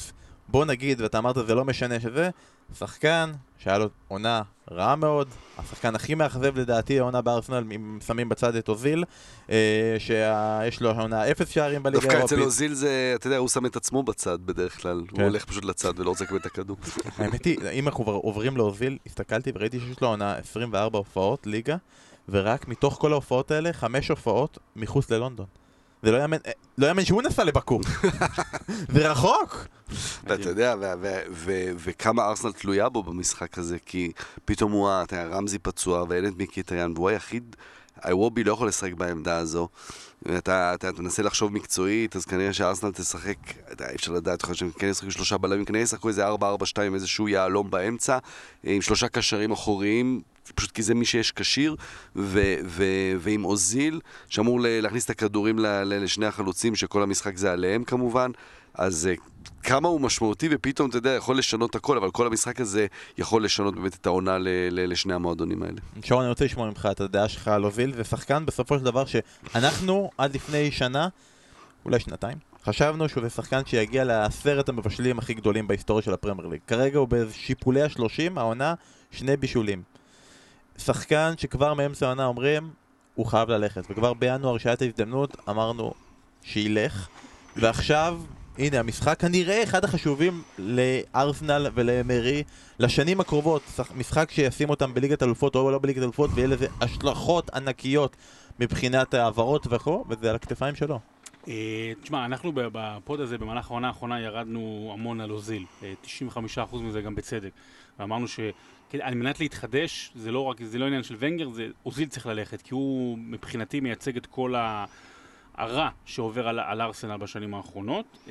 בוא נגיד, ואתה אמרת זה לא משנה שזה, שחקן שהיה לו עונה רעה מאוד, השחקן הכי מאכזב לדעתי העונה בארסנל, אם שמים בצד את אוזיל, אה, שיש לו עונה אפס שערים בליגה דווקא האירופית. אצל אוזיל זה, אתה יודע, הוא שם את עצמו בצד בדרך כלל, כן. הוא הולך פשוט לצד ולא רוצה לקבל את הכדור. האמת היא, אם אנחנו עוברים לאוזיל, הסתכלתי וראיתי שיש לו עונה עשרים וארבע הופעות ליגה, ורק מתוך כל ההופעות האלה, חמש הופעות מחוץ ללונדון. זה לא יאמן, לא יאמן שהוא נסע לבקור. זה רחוק. ואתה יודע, וכמה ארסנל תלויה בו במשחק הזה, כי פתאום הוא, אתה יודע, רמזי פצוע ואין את מיקיטריאן, והוא היחיד, איוובי לא יכול לשחק בעמדה הזו, ואתה מנסה לחשוב מקצועית, אז כנראה שארסנל תשחק, אי אפשר לדעת, יכול להיות שהם כן ישחקו שלושה בלמים, כנראה ישחקו איזה ארבע ארבע שתיים, איזשהו יעלום באמצע, עם שלושה קשרים אחוריים, פשוט כי זה מי שיש קשיר, ו- ו- ועם אוזיל, שאמור להכניס את הכדורים ל- ל- לשני החלוצים, שכל המשחק זה עליהם כמובן, אז כמה הוא משמעותי, ופתאום, אתה יודע, יכול לשנות הכל, אבל כל המשחק הזה יכול לשנות באמת את העונה ל- ל- לשני המועדונים האלה. שרון, אני רוצה לשמוע ממך את הדעה שלך על אוזיל, זה שחקן בסופו של דבר שאנחנו עד לפני שנה, אולי שנתיים, חשבנו שהוא שחקן שיגיע לעשרת המבשלים הכי גדולים בהיסטוריה של הפרמייר ליג. כרגע הוא בשיפולי השלושים, העונה שני בישולים. שחקן שכבר מאמצע העונה אומרים, הוא חייב ללכת. וכבר בינואר שהייתה הזדמנות, אמרנו שילך. ועכשיו, הנה, המשחק כנראה אחד החשובים לארסנל ולמרי לשנים הקרובות. משחק שישים אותם בליגת אלופות או לא בליגת אלופות, ויהיה לזה השלכות ענקיות מבחינת העברות וכו', וזה על הכתפיים שלו. תשמע, אנחנו בפוד הזה במהלך העונה האחרונה ירדנו המון על אוזיל, תשעים וחמישה אחוז מזה גם בצדק, ואמרנו שעל מנת להתחדש זה לא רק, זה לא עניין של ונגר, זה אוזיל צריך ללכת, כי הוא מבחינתי מייצג את כל הרע שעובר על, על ארסנל בשנים האחרונות.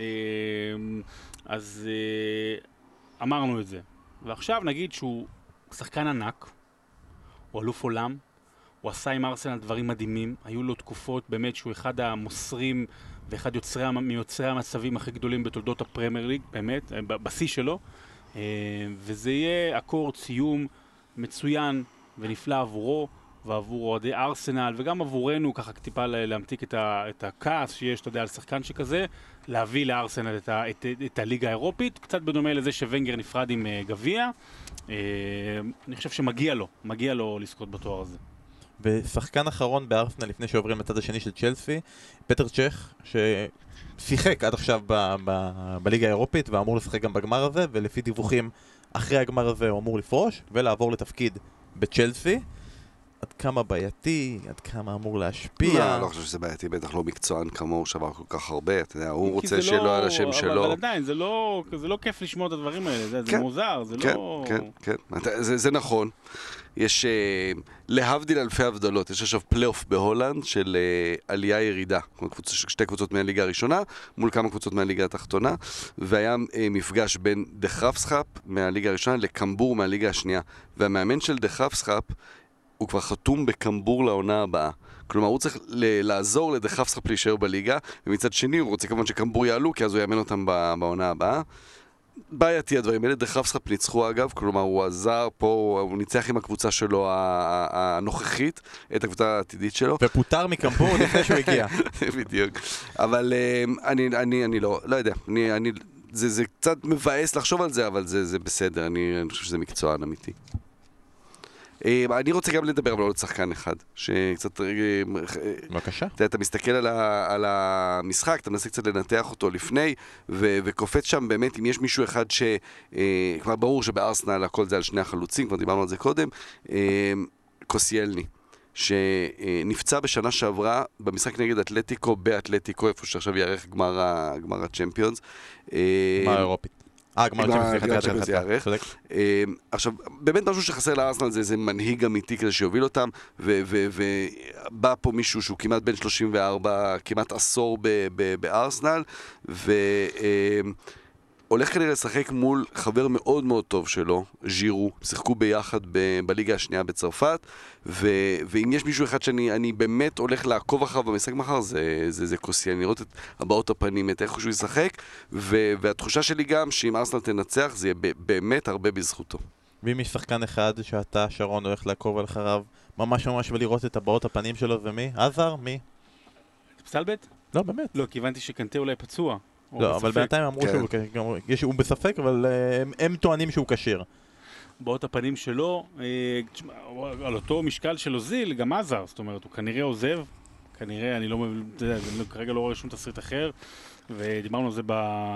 אז אמרנו את זה, ועכשיו נגיד שהוא שחקן ענק, הוא אלוף עולם, הוא עשה עם ארסנל דברים מדהימים, היו לו תקופות באמת שהוא אחד המוסרים ואחד יוצרי, מיוצרי המצבים הכי גדולים בתולדות הפרמייר ליג, באמת, בשיא שלו, וזה יהיה אקורד סיום מצוין ונפלא עבורו ועבור אוהדי ארסנל וגם עבורנו, ככה טיפה להמתיק את, ה, את הכעס שיש, אתה יודע, על שחקן שכזה, להביא לארסנל את, ה, את, את הליגה האירופית, קצת בדומה לזה שוונגר נפרד עם גביע. אני חושב שמגיע לו, מגיע לו לזכות בתואר הזה. ושחקן אחרון בארסנל לפני שעוברים לצד השני של צ'לסי, פטר צ'ך, ששיחק עד עכשיו ב- ב- בליגה האירופית ואמור לשחק גם בגמר הזה, ולפי דיווחים אחרי הגמר הזה הוא אמור לפרוש ולעבור לתפקיד בצ'לסי. עד כמה בעייתי, עד כמה אמור להשפיע. לא, לא חושב שזה בעייתי, בטח לא מקצוען כמוהו, שבר כל כך הרבה, אתה יודע, הוא רוצה שלא על השם שלו. אבל עדיין, זה לא, זה לא כיף לשמוע את הדברים האלה, זה, כן, זה מוזר, זה כן, לא... כן, כן, כן, זה, זה נכון. יש, להבדיל אלפי הבדלות, יש עכשיו פלייאוף בהולנד של עלייה ירידה, שתי קבוצות מהליגה הראשונה, מול כמה קבוצות מהליגה התחתונה, והיה מפגש בין דחרפסחאפ מהליגה הראשונה לקמבור מהליגה השנייה, והמאמן של דחרפסחאפ הוא כבר חתום בקמבור לעונה הבאה. כלומר, הוא צריך לעזור לדחרפסחאפ להישאר בליגה, ומצד שני הוא רוצה כמובן שקמבור יעלו, כי אז הוא יאמן אותם בעונה הבאה. בעייתי הדברים האלה, דחרפסחאפ ניצחו אגב, כלומר הוא עזר פה, הוא ניצח עם הקבוצה שלו הנוכחית, את הקבוצה העתידית שלו. ופוטר מקמבור לפני שהוא הגיע. בדיוק. אבל אני, אני, אני לא, לא יודע, אני, אני, זה, זה קצת מבאס לחשוב על זה, אבל זה, זה בסדר, אני, אני חושב שזה מקצוען אמיתי. אני רוצה גם לדבר על עוד שחקן אחד, שקצת... בבקשה. אתה מסתכל על המשחק, אתה מנסה קצת לנתח אותו לפני, וקופץ שם באמת, אם יש מישהו אחד ש... כבר ברור שבארסנל הכל זה על שני החלוצים, כבר דיברנו על זה קודם, קוסיאלני, שנפצע בשנה שעברה במשחק נגד אתלטיקו, באתלטיקו, איפה שעכשיו יערך גמר הצ'מפיונס. גמר אירופית. אה, גמר צ'מפיונס יערך. עכשיו, באמת משהו שחסר לארסנל זה איזה מנהיג אמיתי כזה שיוביל אותם, ובא פה מישהו שהוא כמעט בן שלושים וארבע, כמעט עשור בארסנל, והולך כנראה לשחק מול חבר מאוד מאוד טוב שלו, ז'ירו, שיחקו ביחד בליגה השנייה בצרפת, ואם יש מישהו אחד שאני באמת הולך לעקוב אחריו במשחק מחר, זה קוסיאלני, לראות את הבעות הפנים, את איך שהוא ישחק, והתחושה שלי גם שאם ארסנל תנצח, זה יהיה באמת הרבה בזכותו. ואם יש שחקן אחד שאתה, שרון, הולך לעקוב אחריו, ממש ממש ולראות את הבעות הפנים שלו, ומי? עזר? מי? פסלבט? לא, באמת. לא, כי הבנתי שקנטה אולי פצוע. לא, אבל בינתיים אמרו שהוא בספק, אבל הם טוענים שהוא כשיר. באות הפנים שלו, על אותו משקל של אוזיל, גם עזר, זאת אומרת, הוא כנראה עוזב, כנראה, אני לא, כרגע לא רואה שום תסריט אחר, ודיברנו על זה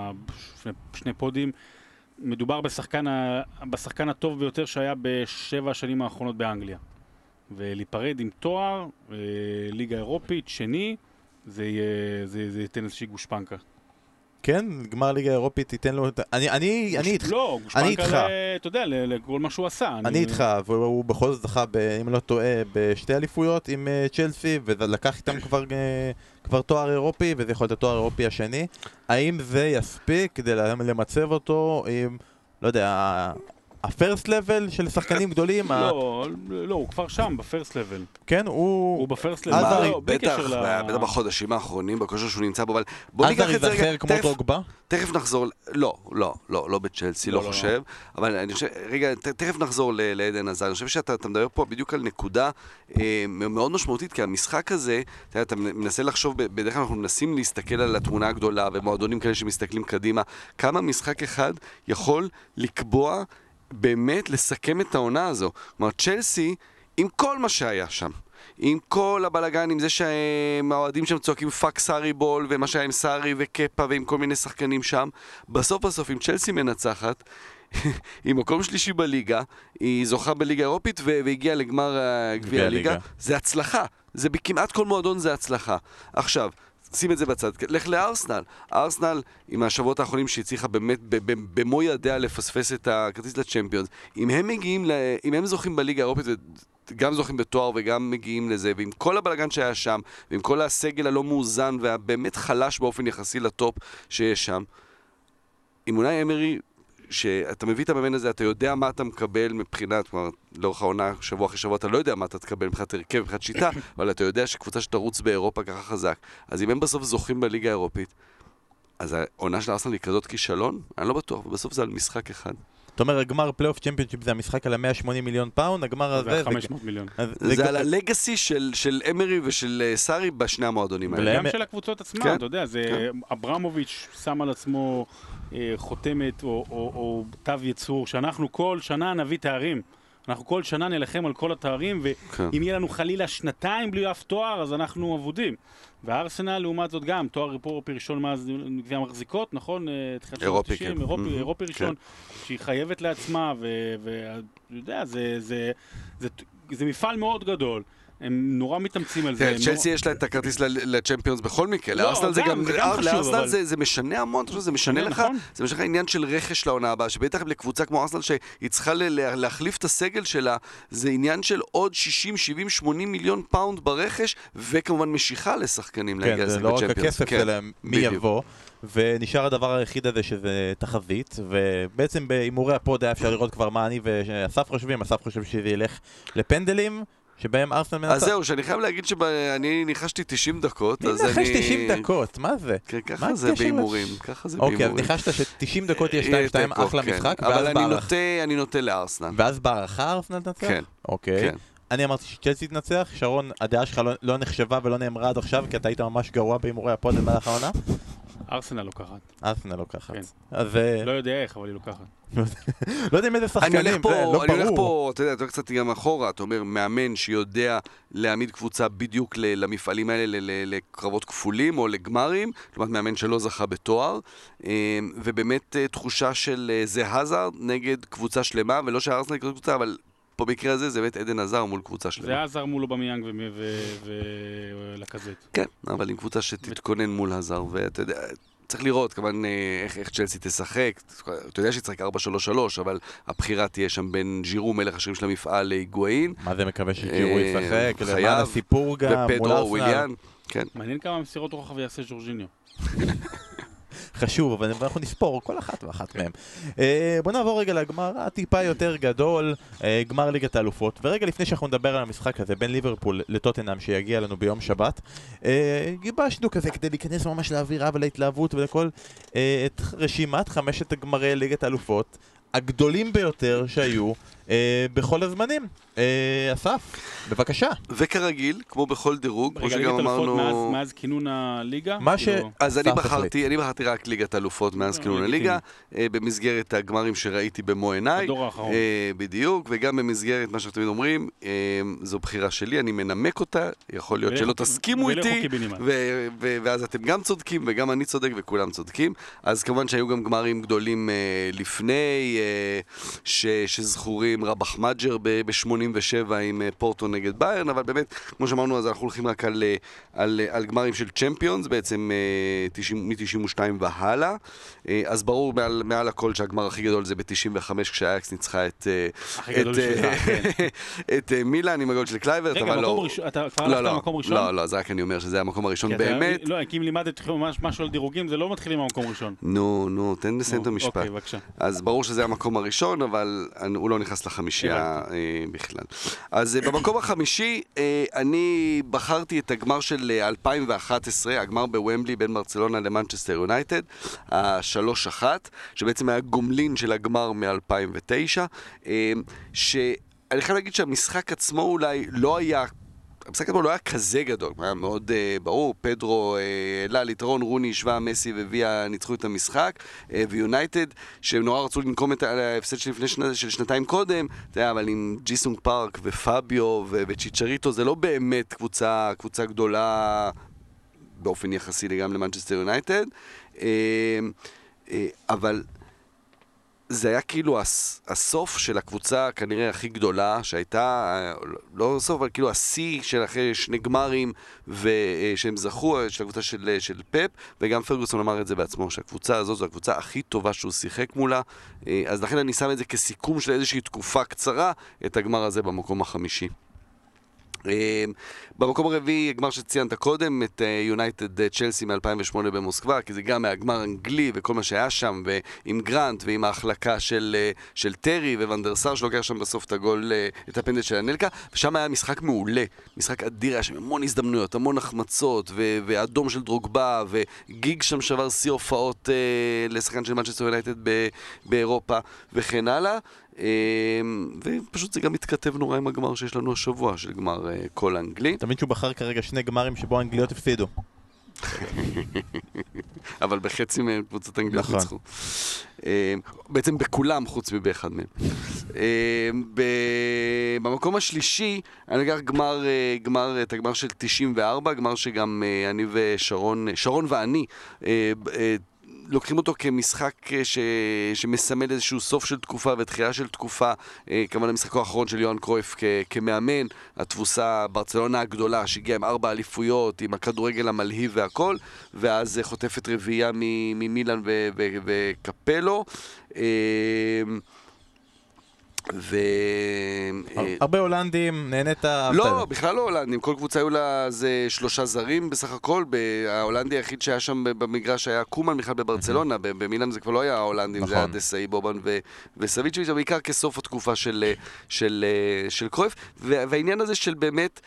בשני פודים. מדובר בשחקן, בשחקן הטוב ביותר שהיה בשבע השנים האחרונות באנגליה. ולהיפרד עם תואר, ליגה אירופית, שני, זה ייתן איזושהי גושפנקה. כן, גמר ליגה אירופית תיתן לו... אני, אני, אני איתך. לא, גושפנקה, אתה יודע, לכל מה שהוא עשה. אני איתך, והוא בכל זאת זכה, אם לא טועה, בשתי אליפויות עם צ'לסי, ולקח איתם כבר, כבר תואר אירופי, וזה יכול להיות התואר האירופי השני. האם זה יספיק כדי למצב אותו עם, לא יודע, הפרסט לבל של שחקנים גדולים? לא, לא, הוא כבר שם, בפרסט לבל. כן, הוא... הוא בפרסט לבל. בטח, בטח בחודשים האחרונים, בכושר שהוא נמצא בו, אבל בוא ניקח את זה רגע. עזר כמו דוגבה? תכף נחזור, לא, לא, לא, לא בצ'לסי, לא חושב, אבל אני חושב, רגע, תכף נחזור לעדן עזר. אני חושב שאתה מדבר פה בדיוק על נקודה מאוד משמעותית, כי המשחק הזה, אתה מנסה לחשוב, בדרך כלל אנחנו מנסים להסתכל על התמונה הגדולה, ומועדונים כאלה שמסתכלים קדימה, כמה משחק אחד יכול לקבוע באמת לסכם את העונה הזו. כלומר, צ'לסי, עם כל מה שהיה שם, עם כל הבלגן, עם זה שהאוהדים שם צועקים פאק סארי בול, ומה שהיה עם סארי וקפה, ועם כל מיני שחקנים שם, בסוף בסוף, עם צ'לסי מנצחת, עם מקום שלישי בליגה, היא זוכה בליגה אירופית, והגיעה לגמר גביע הליגה. זה הצלחה. זה בכמעט כל מועדון זה הצלחה. עכשיו, שים את זה בצד, לך לארסנל. ארסנל, עם השבועות האחרונים שהצליחה באמת במו ידיה לפספס את הכרטיס לצ'מפיונס, אם הם מגיעים, אם הם זוכים בליגה האירופית, גם זוכים בתואר וגם מגיעים לזה, ועם כל הבלגן שהיה שם, ועם כל הסגל הלא מאוזן והבאמת חלש באופן יחסי לטופ שיש שם, עם אונאי אמרי, שאתה מביא את המאמן הזה, אתה יודע מה אתה מקבל מבחינת, כלומר, לאורך העונה, שבוע אחרי שבוע, אתה לא יודע מה אתה תקבל מבחינת הרכב, מבחינת שיטה, אבל אתה יודע שקבוצה שתרוץ באירופה ככה חזק. אז אם הם בסוף זוכים בליגה האירופית, אז העונה של ארסנל היא כזאת כישלון? אני לא בטוח, ובסוף זה על משחק אחד. זאת אומרת, הגמר פלייאוף צ'מפיונשיפ זה המשחק על ה-מאה ושמונים מיליון פאונד, הגמר הזה... זה חמש מאות מיליון. זה על הלגאסי של אמרי ושל סארי בשני המועדונים האלה. וגם של הקבוצות עצמן, אתה יודע, זה אברמוביץ' שם על עצמו חותמת או תו ייצור, שאנחנו כל שנה נביא תארים. אנחנו כל שנה נלחם על כל התארים, ואם יהיה לנו חלילה שנתיים בלי אף תואר, אז אנחנו עבודים. והארסנל, לעומת זאת גם, תואר אירופי ראשון מאז גביע המחזיקות, נכון? אירופי, כן. אירופי ראשון, שהיא חייבת לעצמה, ואתה יודע, זה מפעל מאוד גדול. הם נורא מתאמצים על זה. צ'לסי יש לה את הכרטיס לצ'מפיונס בכל מקרה. לארסנל זה גם, לארסנל זה משנה המון, זה משנה לך, זה משנה לך עניין של רכש לעונה הבאה, שבטח לקבוצה כמו ארסנל שהיא צריכה להחליף את הסגל שלה, זה עניין של עוד שישים, שבעים, שמונים מיליון פאונד ברכש, וכמובן משיכה לשחקנים להגיע לזה בצ'מפיונס. כן, זה לא רק הכסף שלהם, מי יבוא, ונשאר הדבר היחיד הזה שזה תחזית, ובעצם באימורי הפוד היה אפשר לראות כבר מה אני ואסף חושבים, אסף חושב שזה ילך לפנדלים, שבהם ארסנל מנצח. אז זהו, שאני חייב להגיד שאני ניחשתי תשעים דקות, אז אני... ניחש תשעים דקות, מה זה? כן, ככה זה באימורים, ככה זה באימורים. אוקיי, אז ניחשת ש-תשעים דקות יש שתיים שתיים אחלה משחק, אבל אני נוטה לארסנל. ואז בהערכה ארסנל תנצח? כן. אוקיי. אני אמרתי שצ'לסי תנצח, שרון, הדעה שלך לא נחשבה ולא נאמרה עד עכשיו, כי אתה היית ממש גרוע באימורי הפוד במהלך העונה? ארסנל לוקחת. ארסנל לוקחת. לא יודע איך, אבל היא לוקחת. לא יודע אם איזה שחקנים, זה לא ברור. אני הולך פה, אתה יודע, אתה הולך קצת גם אחורה, אתה אומר, מאמן שיודע להעמיד קבוצה בדיוק למפעלים האלה, לקרבות כפולים או לגמרים, כלומר מאמן שלא זכה בתואר, ובאמת תחושה של זה הזארד נגד קבוצה שלמה, ולא שהארסנל היא קבוצה, אבל פה במקרה הזה זה באמת עדן עזר מול קבוצה שלמה. זה עזר מול אובמיאנג ולקזט. כן, אבל עם קבוצה שתתכונן מול עזר, ואתה יודע... צריך לראות, כמובן, איך, איך צ'לסי תשחק. אתה יודע שצריך ארבע שלוש שלוש, אבל הבחירה תהיה שם בין ג'ירו, מלך השרים של המפעל, להיגואין. מה זה מקווה שג'ירו ישחק? למען הסיפור גם, מול ארסנל. וויליאן. כן. מעניין כמה מסירות רוחב יעשה ג'ורג'יניו. חשוב, אבל אנחנו נספור כל אחת ואחת מהם. בוא נעבור רגע לגמר הטיפה יותר גדול, גמר ליגת האלופות. ורגע לפני שאנחנו נדבר על המשחק הזה בין ליברפול לטוטנהאם שיגיע לנו ביום שבת, גיבשנו כזה כדי להיכנס ממש לאווירה ולהתלהבות ולכל את רשימת חמשת גמרי ליגת האלופות הגדולים ביותר שהיו אה, בכל הזמנים. אה, אסף, בבקשה. וכרגיל, כמו בכל דירוג, כמו שגם אמרנו... רגע, ליגת אלופות מאז כינון הליגה? מה ש... אז אני בחרתי, אני בחרתי רק ליגת אלופות מאז כינון הליגה, במסגרת הגמרים שראיתי במו עיניי. בדור האחרון. בדיוק, וגם במסגרת מה שאתם תמיד אומרים, זו בחירה שלי, אני מנמק אותה, יכול להיות שלא תסכימו איתי, ואז אתם גם צודקים, וגם אני צודק, וכולם צודקים. אז כמובן שהיו גם גמרים גדולים לפני, שזכורים רבח מג'ר ב-שמונים ושבע עם פורטו נגד ביירן, אבל באמת, כמו שאמרנו, אז אנחנו הולכים רק על, על, על גמרים של צ'מפיונס, בעצם מ-תשעים ושתיים והלאה. אז ברור מעל, מעל הכל שהגמר הכי גדול זה ב-תשעים וחמש, כשהאייקס ניצחה את, את, את מילאן עם הגול של קלייברט, אבל לא... אתה כבר הלכת למקום ראשון? לא, לא, זה רק אני אומר שזה המקום הראשון באמת. לא, כי אם לימדת משהו על דירוגים, זה לא מתחילים מהמקום הראשון. נו, נו, תן לסיים את המשפט. אוקיי, בבקשה. אז ברור שזה המקום הראשון, אבל הוא לא נכנס לחמישייה בכלל. אז במקום החמישי, אני בחרתי את הגמר של אלפיים ואחת עשרה, הגמר בוומבלי בין ברצלונה למנצ'סטר יונייטד, ה-שלוש אחת, שבעצם היה גומלין של הגמר מ-אלפיים ותשע, שאני חייב להגיד שהמשחק עצמו אולי לא היה, המשחק עצמו לא היה כזה גדול, היה מאוד uh, ברור, פדרו העלה uh, ליתרון, רוני השווה, מסי וויה ניצחו את המשחק, uh, ויונייטד, שהם נורא רצו לנקום את ההפסד של לפני שנה, של שנתיים קודם, אתה יודע, אבל עם ג'יסונג פארק ופאביו ו- וצ'יצ'ריטו, זה לא באמת קבוצה, קבוצה גדולה באופן יחסי לגמרי למנצ'סטר יונייטד, uh, uh, אבל... זה היה כאילו הסוף של הקבוצה כנראה הכי גדולה שהייתה, לא סוף, אבל כאילו השיא של אחרי שני גמרים שהם זכו, של הקבוצה של, של פפ, וגם פרגוסון אמר את זה בעצמו, שהקבוצה הזאת זו הקבוצה הכי טובה שהוא שיחק מולה, אז לכן אני שם את זה כסיכום של איזושהי תקופה קצרה, את הגמר הזה במקום החמישי. במקום הרביעי, הגמר שציינת קודם, את יונייטד צ'לסי מ-אלפיים ושמונה במוסקבה, כי זה גם הגמר אנגלי וכל מה שהיה שם, ועם גרנט ועם ההחלקה של, של טרי וונדרסאר שלוקח שם בסוף את הגול, את הפנדל של הנלקה, ושם היה משחק מעולה, משחק אדיר, היה שם המון הזדמנויות, המון החמצות, ו- ואדום של דרוגבה, וגיג שם שבר שיא הופעות אה, לשחקן של מנצ'סטר יונייטד ב- באירופה וכן הלאה. ופשוט זה גם מתכתב נורא עם הגמר שיש לנו השבוע של גמר כל אנגלי. תמיד שהוא בחר כרגע שני גמרים שבו האנגליות הפסידו. אבל בחצי מהם קבוצות אנגליות ניצחו. בעצם בכולם חוץ מבאחד מהם. במקום השלישי אני אקח גמר, את הגמר של תשעים וארבע, גמר שגם אני ושרון, שרון ואני לוקחים אותו כמשחק ש... שמסמל איזשהו סוף של תקופה ותחייה של תקופה, כמובן המשחקו האחרון של יוהאן קרויף כ... כמאמן, התבוסה ברצלונה הגדולה שהגיעה עם ארבע אליפויות, עם הכדורגל המלהיב והכל, ואז חוטפת רביעייה ממילאן ו... ו... וקפלו. ו... הרבה הולנדים, נהנית... לא, בכלל לא הולנדים, כל קבוצה היו לה זה שלושה זרים בסך הכל, ההולנדי היחיד שהיה שם במגרש היה קומן בכלל בברצלונה, במילאן זה כבר לא היה ההולנדים, זה היה דסאי, בובן וסביצ'וביץ', בעיקר כסוף התקופה של קרויף, והעניין הזה של באמת...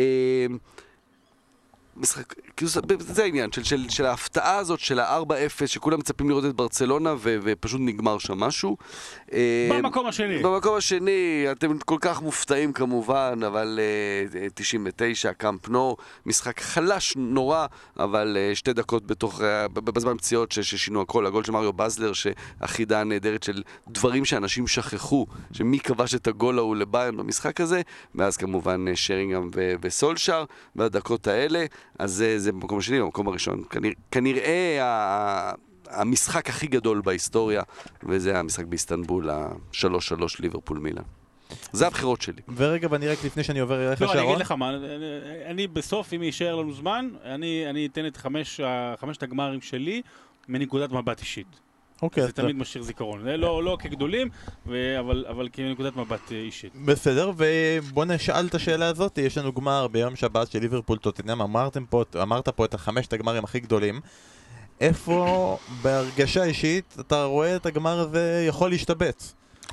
משחק, כאילו זה העניין של, של, של ההפתעה הזאת של ה-ארבע אפס שכולם מצפים לראות את ברצלונה ו, ופשוט נגמר שם משהו. במקום השני. במקום השני, אתם כל כך מופתעים כמובן, אבל תשעים ותשע, קאמפ נו, משחק חלש נורא, אבל שתי דקות בתוך, בזמן פציעות ששינו הכל, הגול של מריו בזלר, שהחידה הנהדרת של דברים שאנשים שכחו, שמי כבש את הגול ההוא לביירן במשחק הזה, ואז כמובן שרינגהאם ו- וסולשר, בדקות האלה, אז זה, זה במקום השני, במקום הראשון. כנראה, כנראה ה- המשחק הכי גדול בהיסטוריה, וזה המשחק באיסטנבול, ה-שלוש שלוש ליברפול מילאן. זה הבחירות שלי. ורגע, ואני רק לפני שאני עובר אליך שרון. לא, אני אגיד לך מה, אני בסוף, אם יישאר לנו זמן, אני, אני אתן את חמש, חמשת הגמרים שלי מנקודת מבט אישית. אוקיי. זה תמיד משאיר זיכרון. לא, לא כגדולים, אבל, אבל כנקודת מבט אישית. בסדר, ובוא נשאל את השאלה הזאת. יש לנו גמר ביום שבת של ליברפול טוטנהאם. אמרתם פה, אמרת פה את החמשת הגמרים הכי גדולים. איפה בהרגשה אישית אתה רואה את הגמר הזה יכול להשתבץ?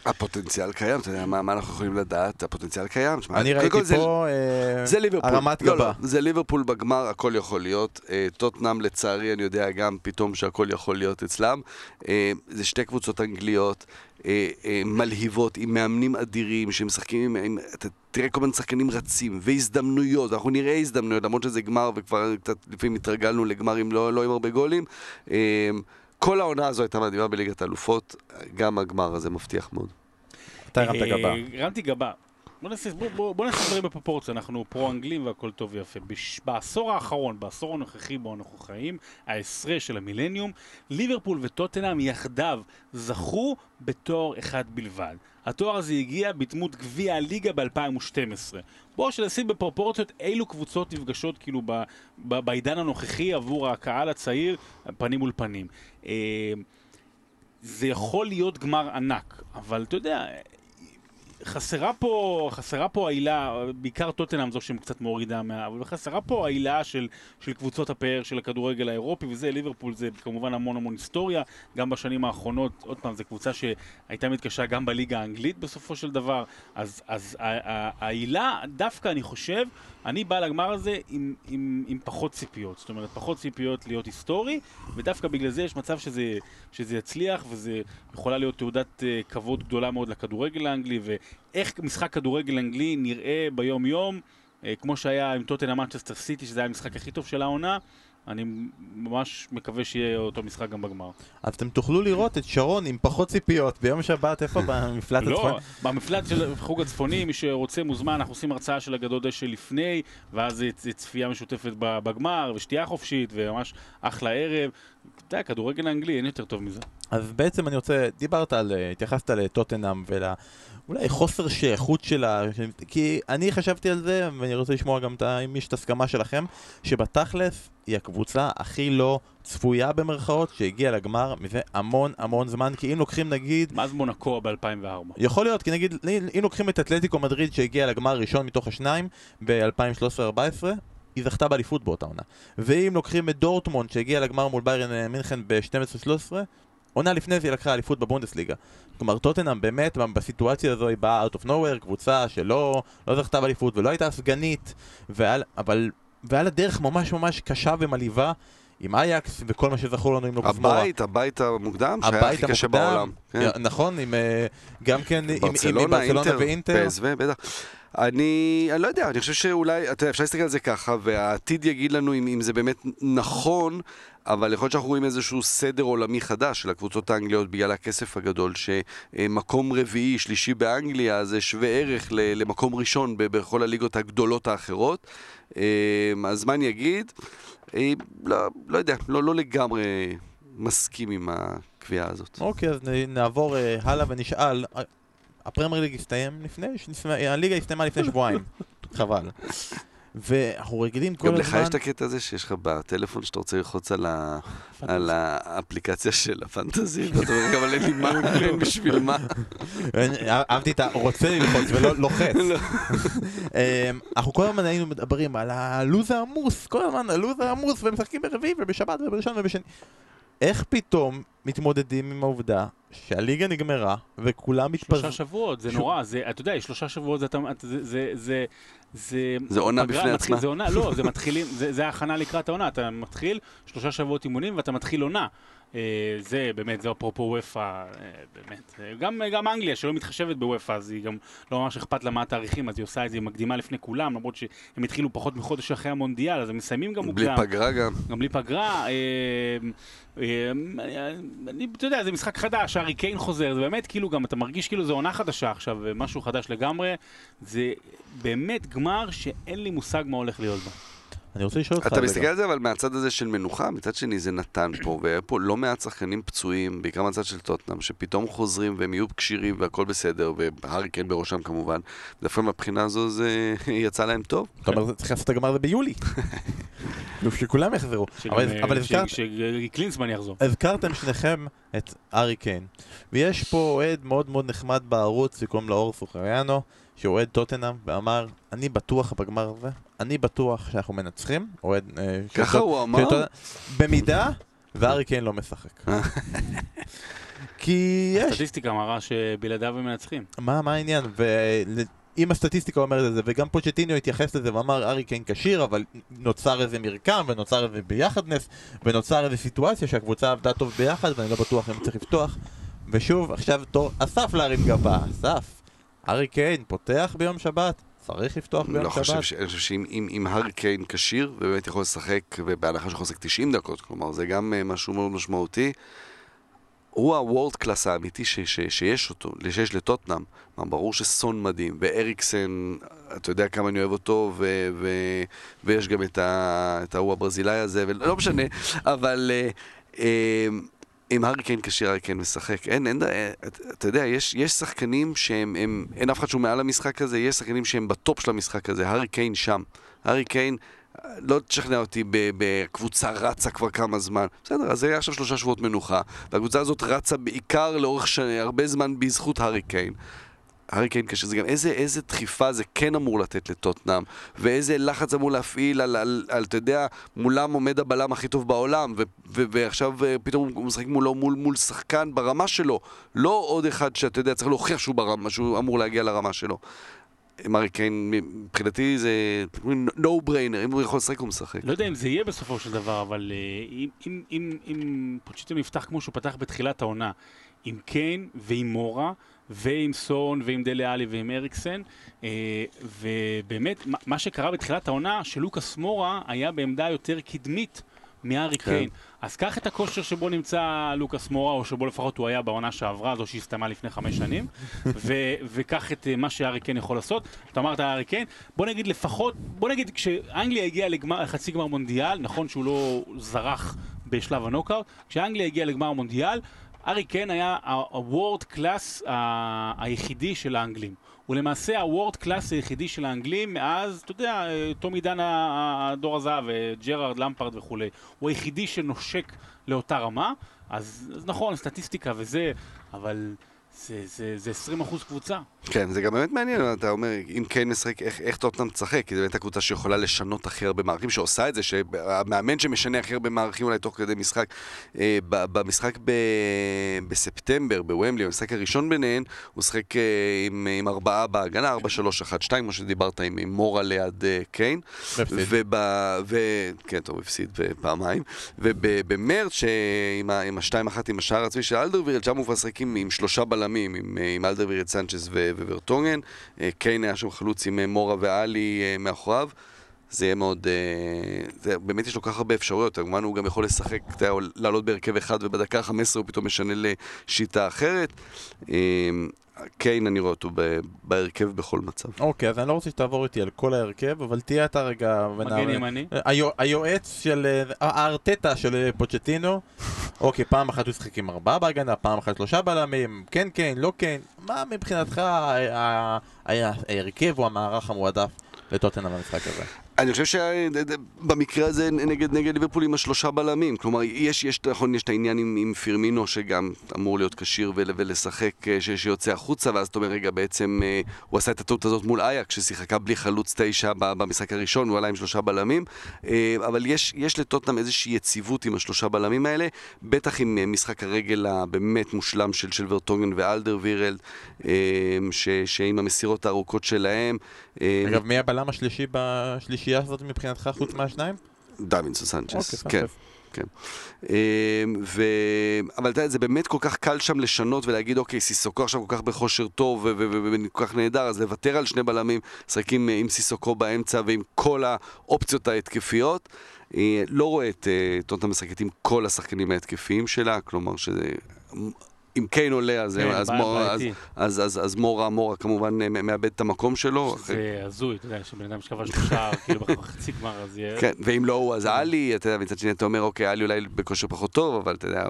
הפוטנציאל קיים, אתה יודע, מה, מה אנחנו יכולים לדעת? הפוטנציאל קיים. שמה, אני ראיתי זה, פה זה ליברפול. הרמת לא, גבה. לא, זה ליברפול בגמר, הכל יכול להיות. טוטנהאם לצערי, אני יודע גם פתאום שהכל יכול להיות אצלם. זה שתי קבוצות אנגליות מלהיבות, עם מאמנים אדירים, שמשחקים עם... אתה תראה כל מיני שחקנים רצים, והזדמנויות, אנחנו נראה הזדמנויות, למרות שזה גמר, וכבר קצת לפעמים התרגלנו לגמרים לא, לא עם הרבה גולים. כל העונה הזו הייתה מדהימה בליגת האלופות, גם הגמר הזה מבטיח מאוד. אתה הרמת גבה. הרמתי גבה. בוא נעשה, בוא, בוא, בוא נעשה דברים בפרופורציה, אנחנו פרו-אנגלים והכל טוב ויפה. בש, בעשור האחרון, בעשור הנוכחי בו אנחנו חיים, העשרה של המילניום, ליברפול וטוטנהאם יחדיו זכו בתואר אחד בלבד. התואר הזה הגיע בדמות גביע הליגה ב-אלפיים ושתים עשרה. בואו שנשים בפרופורציות אילו קבוצות נפגשות כאילו ב, ב, בעידן הנוכחי עבור הקהל הצעיר, פנים מול פנים. זה יכול להיות גמר ענק, אבל אתה יודע... חסרה פה, חסרה פה העילה, בעיקר טוטנהאם זו שקצת מורידה מה... אבל חסרה פה העילה של, של קבוצות הפאר של הכדורגל האירופי, וזה ליברפול, זה כמובן המון המון היסטוריה, גם בשנים האחרונות, עוד פעם, זו קבוצה שהייתה מתקשה גם בליגה האנגלית בסופו של דבר, אז, אז העילה, דווקא אני חושב, אני בא לגמר הזה עם, עם, עם פחות ציפיות, זאת אומרת, פחות ציפיות להיות היסטורי, ודווקא בגלל זה יש מצב שזה, שזה יצליח, וזה יכולה להיות תעודת uh, כבוד גדולה מאוד לכדורגל האנגלי, ואיך משחק כדורגל אנגלי נראה ביום יום, uh, כמו שהיה עם טוטנהאם מנצ'סטר סיטי, שזה היה המשחק הכי טוב של העונה, אני ממש מקווה שיהיה אותו משחק גם בגמר. אז אתם תוכלו לראות את שרון עם פחות ציפיות ביום שבת, איפה במפלט הצפוני? לא, במפלט של חוג הצפוני, מי שרוצה מוזמן, אנחנו עושים הרצאה של הגדול דשא לפני, ואז זה צפייה משותפת בגמר, ושתייה חופשית, וממש אחלה ערב. אתה יודע, כדורגל האנגלי, אין יותר טוב מזה. אז בעצם אני רוצה, דיברת על, התייחסת לטוטנהאם ולה... אולי חוסר שייכות שלה, כי אני חשבתי על זה, ואני רוצה לשמוע גם אם יש את הסכמה שלכם, שבתכלס היא הקבוצה הכי לא צפויה במרכאות, שהגיעה לגמר מזה המון המון זמן, כי אם לוקחים נגיד... מה זה מונקו ב-אלפיים וארבע? יכול להיות, כי נגיד, אם לוקחים את אתלטיקו מדריד שהגיעה לגמר ראשון מתוך השניים, ב-אלפיים ושלוש עשרה ארבע עשרה, היא זכתה באליפות באותה עונה. ואם לוקחים את דורטמונד שהגיעה לגמר מול ביירן מינכן ב-שתים עשרה שלוש עשרה, עונה לפני זה היא לקחה אליפות בבונדסליגה. כלומר, טוטנהאם באמת בסיטואציה הזו היא באה out of nowhere, קבוצה שלא לא זכתה באליפות ולא הייתה סגנית, ועל, אבל, ועל הדרך ממש ממש קשה ומליבה עם אייקס וכל מה שזכור לנו עם לוקסמורה. הבית, הבית המוקדם שהיה הכי קשה בעולם. כן. נכון, עם, גם כן ברצלונה, עם ברצלונה אינטר, ואינטר. פס ו, בטח. אני, אני לא יודע, אני חושב שאולי, אתה יודע, אפשר להסתכל על זה ככה, והעתיד יגיד לנו אם, אם זה באמת נכון, אבל יכול להיות שאנחנו רואים איזשהו סדר עולמי חדש של הקבוצות האנגליות בגלל הכסף הגדול, שמקום רביעי, שלישי באנגליה, זה שווה ערך למקום ראשון בכל הליגות הגדולות האחרות. אז מה אני אגיד? לא, לא יודע, לא, לא לגמרי מסכים עם הקביעה הזאת. אוקיי, אז נעבור הלאה ונשאל. הפרמייר ליג הסתיים לפני, הליגה הסתיימה לפני שבועיים. חבל. ואנחנו רגילים כל הזמן... גם לך יש את הקטע הזה שיש לך בטלפון שאתה רוצה ללחוץ על האפליקציה של הפנטזי, ואתה אומר גם על אין לי מה, אין בשביל מה. אהבתי את הרוצה ללחוץ ולא לוחץ. אנחנו כל הזמן היינו מדברים על הלוז העמוס, כל הזמן הלוז העמוס, ומשחקים ברביעי ובשבת ובראשון ובשני. איך פתאום מתמודדים עם העובדה שהליגה נגמרה וכולם מתפז... שלושה שבועות, זה נורא, זה, אתה יודע, שלושה שבועות זה, זה, זה, זה, זה... זה עונה בפני עצמה. זה עונה, לא, זה מתחילים, זה, זה ההכנה לקראת העונה, אתה מתחיל שלושה שבועות אימונים ואתה מתחיל עונה. זה באמת, זה אפרופו וופא, באמת. גם, גם אנגליה שלא מתחשבת בוופא, אז היא גם לא ממש אכפת לה מה התאריכים, אז היא עושה את זה, היא מקדימה לפני כולם, למרות שהם התחילו פחות מחודש אחרי המונדיאל, אז הם מסיימים גם מוקדם. בלי פגרה גם. גם בלי פגרה. אני, אתה יודע, זה משחק חדש, הארי קיין חוזר, זה באמת כאילו גם, אתה מרגיש כאילו זה עונה חדשה עכשיו, משהו חדש לגמרי, זה באמת גמר שאין לי מושג מה הולך להיות בה. אני רוצה לשאול אותך... אתה מסתכל על זה, אבל מהצד הזה של מנוחה, מצד שני זה נתן פה, והיה פה לא מעט שחקנים פצועים, בעיקר מהצד של טוטנהאם, שפתאום חוזרים והם יהיו קשירים והכל בסדר, והארי קיין בראשם כמובן. דווקא מהבחינה הזו זה יצא להם טוב. אתה אומר, צריך לעשות את הגמר הזה ביולי. שכולם יחזרו. אבל שקלינסמן יחזור. הזכרתם שניכם את הארי קיין. ויש פה אוהד מאוד מאוד נחמד בערוץ, שקוראים לו אור סוחריאנו, שהוא אוהד טוטנהאם, ואמר, אני בטוח בגמר הזה, אני בטוח שאנחנו מנצחים. ככה הוא אמר? במידה, והארי קיין לא משחק. כי יש... הסטטיסטיקה מראה שבלעדיו הם מנצחים. מה, מה העניין? ואם הסטטיסטיקה אומרת את זה, וגם פוצ'טיניו התייחס לזה ואמר ארי קיין כשיר, אבל נוצר איזה מרקם, ונוצר איזה ביחדנס, ונוצר איזה סיטואציה שהקבוצה עבדה טוב ביחד, ואני לא בטוח אם צריך לפתוח. ושוב, עכשיו תור אסף להרים גבה. אסף, ארי קיין פותח ביום שבת? צריך לפתוח ביום לא שבת? חושב ש... אני חושב שאם אם, אם הארי קיין כשיר, ובאמת יכול לשחק, ובהנחה שיכול לשחק תשעים דקות, כלומר, זה גם uh, משהו מאוד משמעותי, הוא הוורד קלאס האמיתי ש, ש, שיש אותו, שיש לטוטנאם. ברור שסון מדהים, ואריקסן, אתה יודע כמה אני אוהב אותו, ו, ו, ויש גם את, ה, את ההוא הברזילאי הזה, ולא משנה, אבל uh, uh, אם הארי קיין כשיר, הארי קיין משחק. אין, אין, אתה יודע, יש, יש שחקנים שהם, הם, אין אף אחד שהוא מעל המשחק הזה, יש שחקנים שהם בטופ של המשחק הזה, הארי קיין שם. הארי קיין, לא תשכנע אותי בקבוצה רצה כבר כמה זמן. בסדר, אז זה היה עכשיו שלושה שבועות מנוחה, והקבוצה הזאת רצה בעיקר לאורך שני, הרבה זמן בזכות הארי קיין. הארי קיין קשה, זה גם איזה, איזה דחיפה זה כן אמור לתת לטוטנאם, ואיזה לחץ אמור להפעיל על, על, על, אתה יודע, מולם עומד הבלם הכי טוב בעולם, ו, ו, ועכשיו פתאום הוא משחק מולו מול, מול שחקן ברמה שלו, לא עוד אחד שאתה יודע, צריך להוכיח שהוא ברמה, שהוא אמור להגיע לרמה שלו. הארי קיין, מבחינתי זה no brainer, אם הוא יכול לשחק הוא משחק. לא יודע אם זה יהיה בסופו של דבר, אבל אם, אם, אם, אם פוצ'טינו יפתח כמו שהוא פתח בתחילת העונה, עם קיין ועם מורה, ועם סון, ועם דלה אלי, ועם אריקסן, ובאמת, מה שקרה בתחילת העונה, שלוקאס מורה היה בעמדה יותר קדמית מהארי קיין. אז קח את הכושר שבו נמצא לוקאס מורה, או שבו לפחות הוא היה בעונה שעברה, זו שהסתיימה לפני חמש שנים, וקח את מה שהארי קיין יכול לעשות. אתה אמרת הארי קיין, בוא נגיד לפחות, בוא נגיד כשאנגליה הגיעה לחצי גמר מונדיאל, נכון שהוא לא זרח בשלב הנוקאוט, כשאנגליה הגיעה לגמר מונדיאל, הארי קיין היה הוורד קלאס היחידי של האנגלים. הוא למעשה הוורד קלאס היחידי של האנגלים מאז, אתה יודע, תום עידן הדור הזהב, ג'רארד, למפרד וכו'. הוא היחידי שנושק לאותה רמה, אז, אז נכון, סטטיסטיקה וזה, אבל זה, זה, זה עשרים אחוז קבוצה. כן, זה גם באמת מעניין, אתה אומר, אם כן משחק, איך, איך טוטנאם תשחק, כי זה באמת הקבוצה שיכולה לשנות הכי הרבה מערכים, שעושה את זה, שהמאמן שמשנה הכי הרבה מערכים אולי תוך כדי משחק, אה, במשחק ב, בספטמבר, בוומבלי, במשחק הראשון ביניהן, הוא שחק אה, עם, עם ארבעה בהגנה, ארבע, שלוש, אחת, שתיים, כמו שדיברת, עם, עם מורה ליד אה, קיין. הפסיד. ו... כן, טוב, הפסיד פעמיים. ובמרץ, עם, עם השתיים אחת, עם השער הצבאי של אלדרווירל, שם הוא משחק עם, עם שלושה בלמים, עם, עם אלדרווירל, סנצ'ס ו... וורטונגן, קיין היה שם חלוץ עם מורה ואלי מאחוריו, זה יהיה מאוד, זה, באמת יש לו כך הרבה אפשרויות, כמובן הוא גם יכול לשחק, לעלות בהרכב אחד ובדקה חמש עשרה הוא פתאום משנה לשיטה אחרת. קיין אני רואה אותו בהרכב בכל מצב. אוקיי, אז אני לא רוצה שתעבור איתי על כל ההרכב, אבל תהיה אתה רגע... מגן ימני. היועץ של... הארטטה של פוצ'טינו, אוקיי, פעם אחת הוא שחק עם ארבעה בהגנה, פעם אחת שלושה בלמים, כן, כן, לא כן. מה מבחינתך ההרכב או המערך המועדף לטוטנהאם במשחק הזה? אני חושב שבמקרה הזה נגד נגד ליברפול עם השלושה בלמים, כלומר יש יש נכון יש את העניין עם, עם פירמינו שגם אמור להיות כשיר ולשחק שיוצא החוצה, ואז אתה אומר רגע בעצם הוא עשה את הטעות הזאת מול אייקס ששיחקה בלי חלוץ תשע במשחק הראשון, הוא עלה עם שלושה בלמים, אבל יש יש לטוטנהאם איזושהי יציבות עם השלושה בלמים האלה, בטח עם משחק הרגל הבאמת מושלם של של ורטונגן ואלדרווירל, שעם המסירות הארוכות שלהם. אגב, מי הבלם השלישי בשלישי הזאת מבחינתך חוץ מהשניים? דווינסון סנצ'ס, כן, כן. ו... אבל אתה יודע, זה באמת כל כך קל שם לשנות ולהגיד, אוקיי, סיסוקו עכשיו כל כך בכושר טוב וכל כך נהדר, אז לוותר על שני בלמים, שחקים עם סיסוקו באמצע ועם כל האופציות ההתקפיות. לא רואה את טוטנהאם משחקת עם כל השחקנים ההתקפיים שלה, כלומר שזה... אם קיין עולה, אז, כן, אז, מורה, אז, אז, אז, אז מורה, מורה כמובן מאבד את המקום שלו. זה הזוי, אתה יודע, שבן אדם שכבש שלושה, כאילו בחצי גמר, אז יהיה... כן, ואם לא הוא, אז אלי, אתה יודע, מצד שני אתה אומר, אוקיי, אלי אולי בכושר פחות טוב, אבל אתה יודע,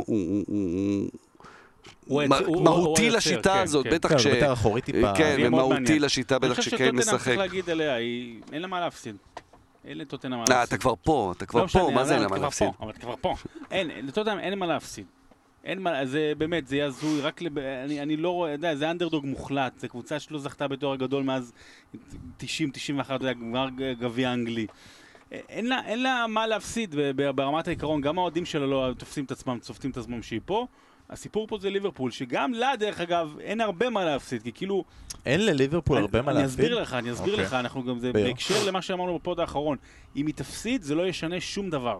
הוא מהותי לשיטה הזאת, בטח ש... יותר אחורי טיפה. כן, ומהותי לשיטה, בטח שקיין משחק. אני חושב שטוטנהאם צריך להגיד עליה, אין לה מה להפסיד. אין לטוטנהאם מה להפסיד. אתה כבר פה, אתה כבר פה, מה זה אין לה מה להפסיד? אבל אתה כבר פה. אין, לטוטנהאם אין מה להפסיד. אין מה, זה באמת, זה יזוי, רק לב... אני, אני לא רואה, יודע, זה אנדרדוג מוחלט, זה קבוצה שלא זכתה בתואר הגדול מאז תשעים תשעים ואחת, אתה יודע, גמר גביע אנגלי. אין לה, אין לה מה להפסיד ברמת העיקרון, גם האוהדים שלה לא תופסים את עצמם, צופטים את עצמם שהיא פה, הסיפור פה זה ליברפול, שגם לה, דרך אגב, אין הרבה מה להפסיד, כי כאילו... אין לליברפול הרבה מה להפסיד? אני אסביר לך, אני אסביר לך, אנחנו גם, זה בהקשר למה שאמרנו בפוד האחרון. אם היא תפסיד, זה לא ישנה שום דבר.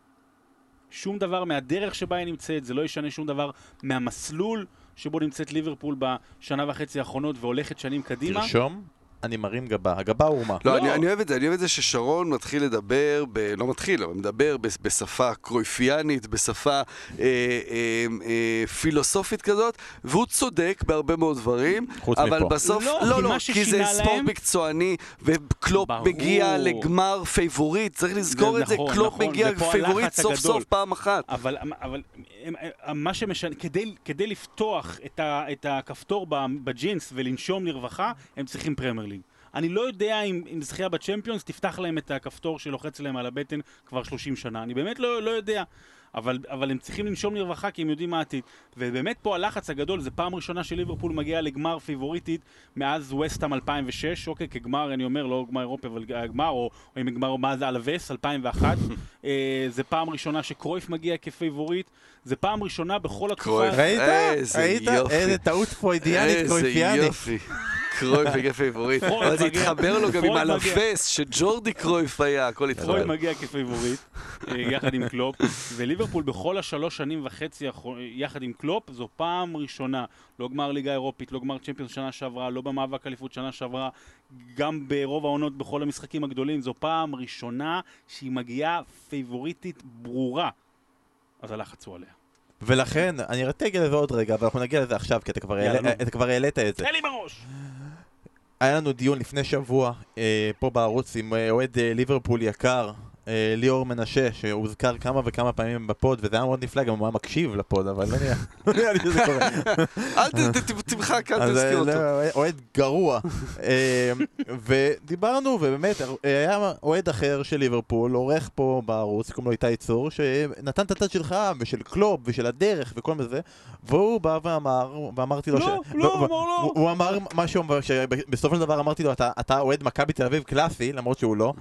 שום דבר מהדרך שבה היא נמצאת, זה לא ישנה שום דבר מהמסלול שבו נמצאת ליברפול בשנה וחצי האחרונות והולכת שנים קדימה. תרשום, אני מרים גבה. הגבה הורמה. לא, אני, אני אוהב את זה, אני אוהב את זה ששרון מתחיל לדבר, ב, לא מתחיל, אבל מדבר ב, בשפה קרויפיאנית, בשפה אה, אה, אה, פילוסופית כזאת, והוא צודק בהרבה מאוד דברים, אבל מפה. בסוף, לא, לא, לא, כי כי זה ספורט להם... מקצועני, וקלופ ברור. מגיע לגמר פייבוריט, צריך לזכור את זה, נכון, קלופ נכון, מגיע פייבוריט סוף הגדול. סוף פעם אחת. אבל, אבל הם, הם, מה שמשנה, כדי, כדי לפתוח את, ה, את הכפתור בג'ינס ולנשום לרווחה, הם צריכים פרמייר ליג. אני לא יודע אם, אם זכייה בצ'מפיונס תפתח להם את הכפתור שלוחץ להם על הבטן כבר שלושים שנה. אני באמת לא, לא יודע. אבל, אבל הם צריכים לנשום לרווחה כי הם יודעים מה עתיד. ובאמת פה הלחץ הגדול, זה פעם ראשונה שליברפול מגיעה לגמר פיבוריטית מאז ווסטהאם אלפיים ושש, אוקיי, כגמר, אני אומר, לא גמר אירופה, אבל גמר, או, או אם גמר מאז אלווס, אלפיים ואחת. אה, זה פעם ראשונה שקרויף מגיע כפיבוריט. זה פעם ראשונה בכל התקופה. ראית? ראית? איזה טעות פרוידיאנית קרויפיאנית. איזה יופי. קרויף הגיע פייבוריט, אבל זה התחבר לו גם עם אלווס, שג'ורדי קרויף היה, הכל התחבר. קרויף מגיע כפייבוריט, יחד עם קלופ, וליברפול בכל השלוש שנים וחצי יחד עם קלופ, זו פעם ראשונה, לא גמר ליגה אירופית, לא גמר צ'מפיונס שנה שעברה, לא במאבק אליפות שנה שעברה, גם ברוב העונות בכל המשחקים הגדולים, זו פעם ראשונה שהיא מגיעה פייבוריטית ברורה, אז הלחץ הוא עליה. ולכן, אני רציתי להגיע לזה עוד רגע, אבל אנחנו נגיע לזה עכשיו, כי אתה כבר העלית את זה. תן לי בראש! היה לנו דיון לפני שבוע אה, פה בערוץ עם אה, אוהד אה, ליברפול יקר, אה, ליאור מנשה, שהוזכר כמה וכמה פעמים בפוד, וזה היה מאוד נפלא, גם הוא היה מקשיב לפוד, אבל לא נראה לי שזה קורה. אל תמחק, אל תזכיר אותו. אוהד גרוע. ודיברנו, ובאמת, היה אוהד אחר של ליברפול, עורך פה בערוץ, קוראים לו איתי צור, שנתן את הצד שלך, ושל קלופ, ושל הדרך, וכל מזה, והוא בא ואמר, ואמרתי לו ש... לא, לא, אמר לא. הוא אמר משהו, שבסופו של דבר אמרתי לו, אתה אוהד מכבי תל אביב קלאסי, למרות שהוא לא.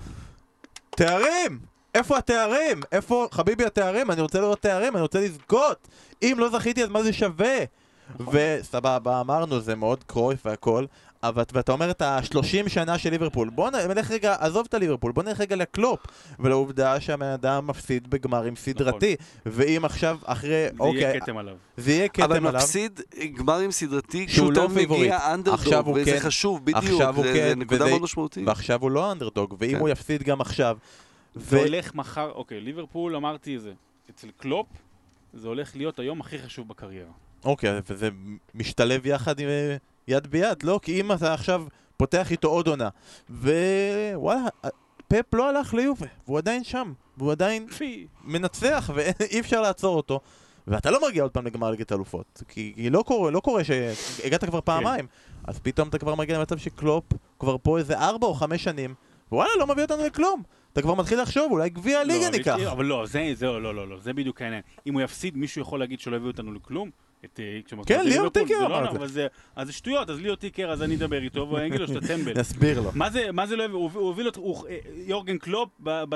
תארים! איפה התארים? איפה, חביבי, התארים? אני רוצה לראות תארים, אני רוצה לזכות. אם לא זכיתי, אז מה זה שווה? וסבבה, אמרנו, זה מאוד קרויף והכל, אבל ואתה אומר את ה-שלושים שנה של ליברפול, בוא נלך רגע, עזוב את הליברפול, בוא נלך רגע לקלופ, ולעובדה שהבן אדם מפסיד בגמרים סדרתי, ואם עכשיו אחרי, זה יהיה קטם עליו. זה יהיה קטם עליו. אבל מפסיד גמרים סדרתי, כשהוא לא מגיע אנדרדוג, וזה חשוב, בדיוק, זה נקודה מאוד משמעותית. ועכשיו הוא לא אנדרדוג, ואם הוא יפסיד גם עכשיו, זה הולך מחר, אוקיי, ליברפול, אמרתי זה, אצל קלופ, זה הולך להיות היום הכי חשוב בקריירה. אוקיי, וזה משתלב יחד עם יד ביד, לא? כי אם אתה עכשיו פותח איתו עוד עונה, ווואלה, פפ לא הלך ליובה, והוא עדיין שם, והוא עדיין מנצח, ואי אפשר לעצור אותו, ואתה לא מגיע עוד פעם לגמר ליגת אלופות, כי לא קורה, לא קורה שהגעת כבר פעמיים, אז פתאום אתה כבר מגיע למצב שקלופ כבר פה איזה ארבע או חמש שנים, וואלה, לא מביא אותנו לכלום. אתה כבר מתחיל לחשוב, אולי גביע הליגה ניקח. אבל לא, זה, זה, לא, לא, לא, זה בדיוק העניין. אם הוא יפסיד, מישהו יכול להגיד שלא הביא אותנו לכלום? כן, ליאור טיקר אמר את זה. אז זה שטויות, אז ליאור טיקר, אז אני אדבר איתו, ואני אגיד לו שאתה טמבל. נסביר לו. מה זה לא הביא? הוא הוביל את יורגן קלופ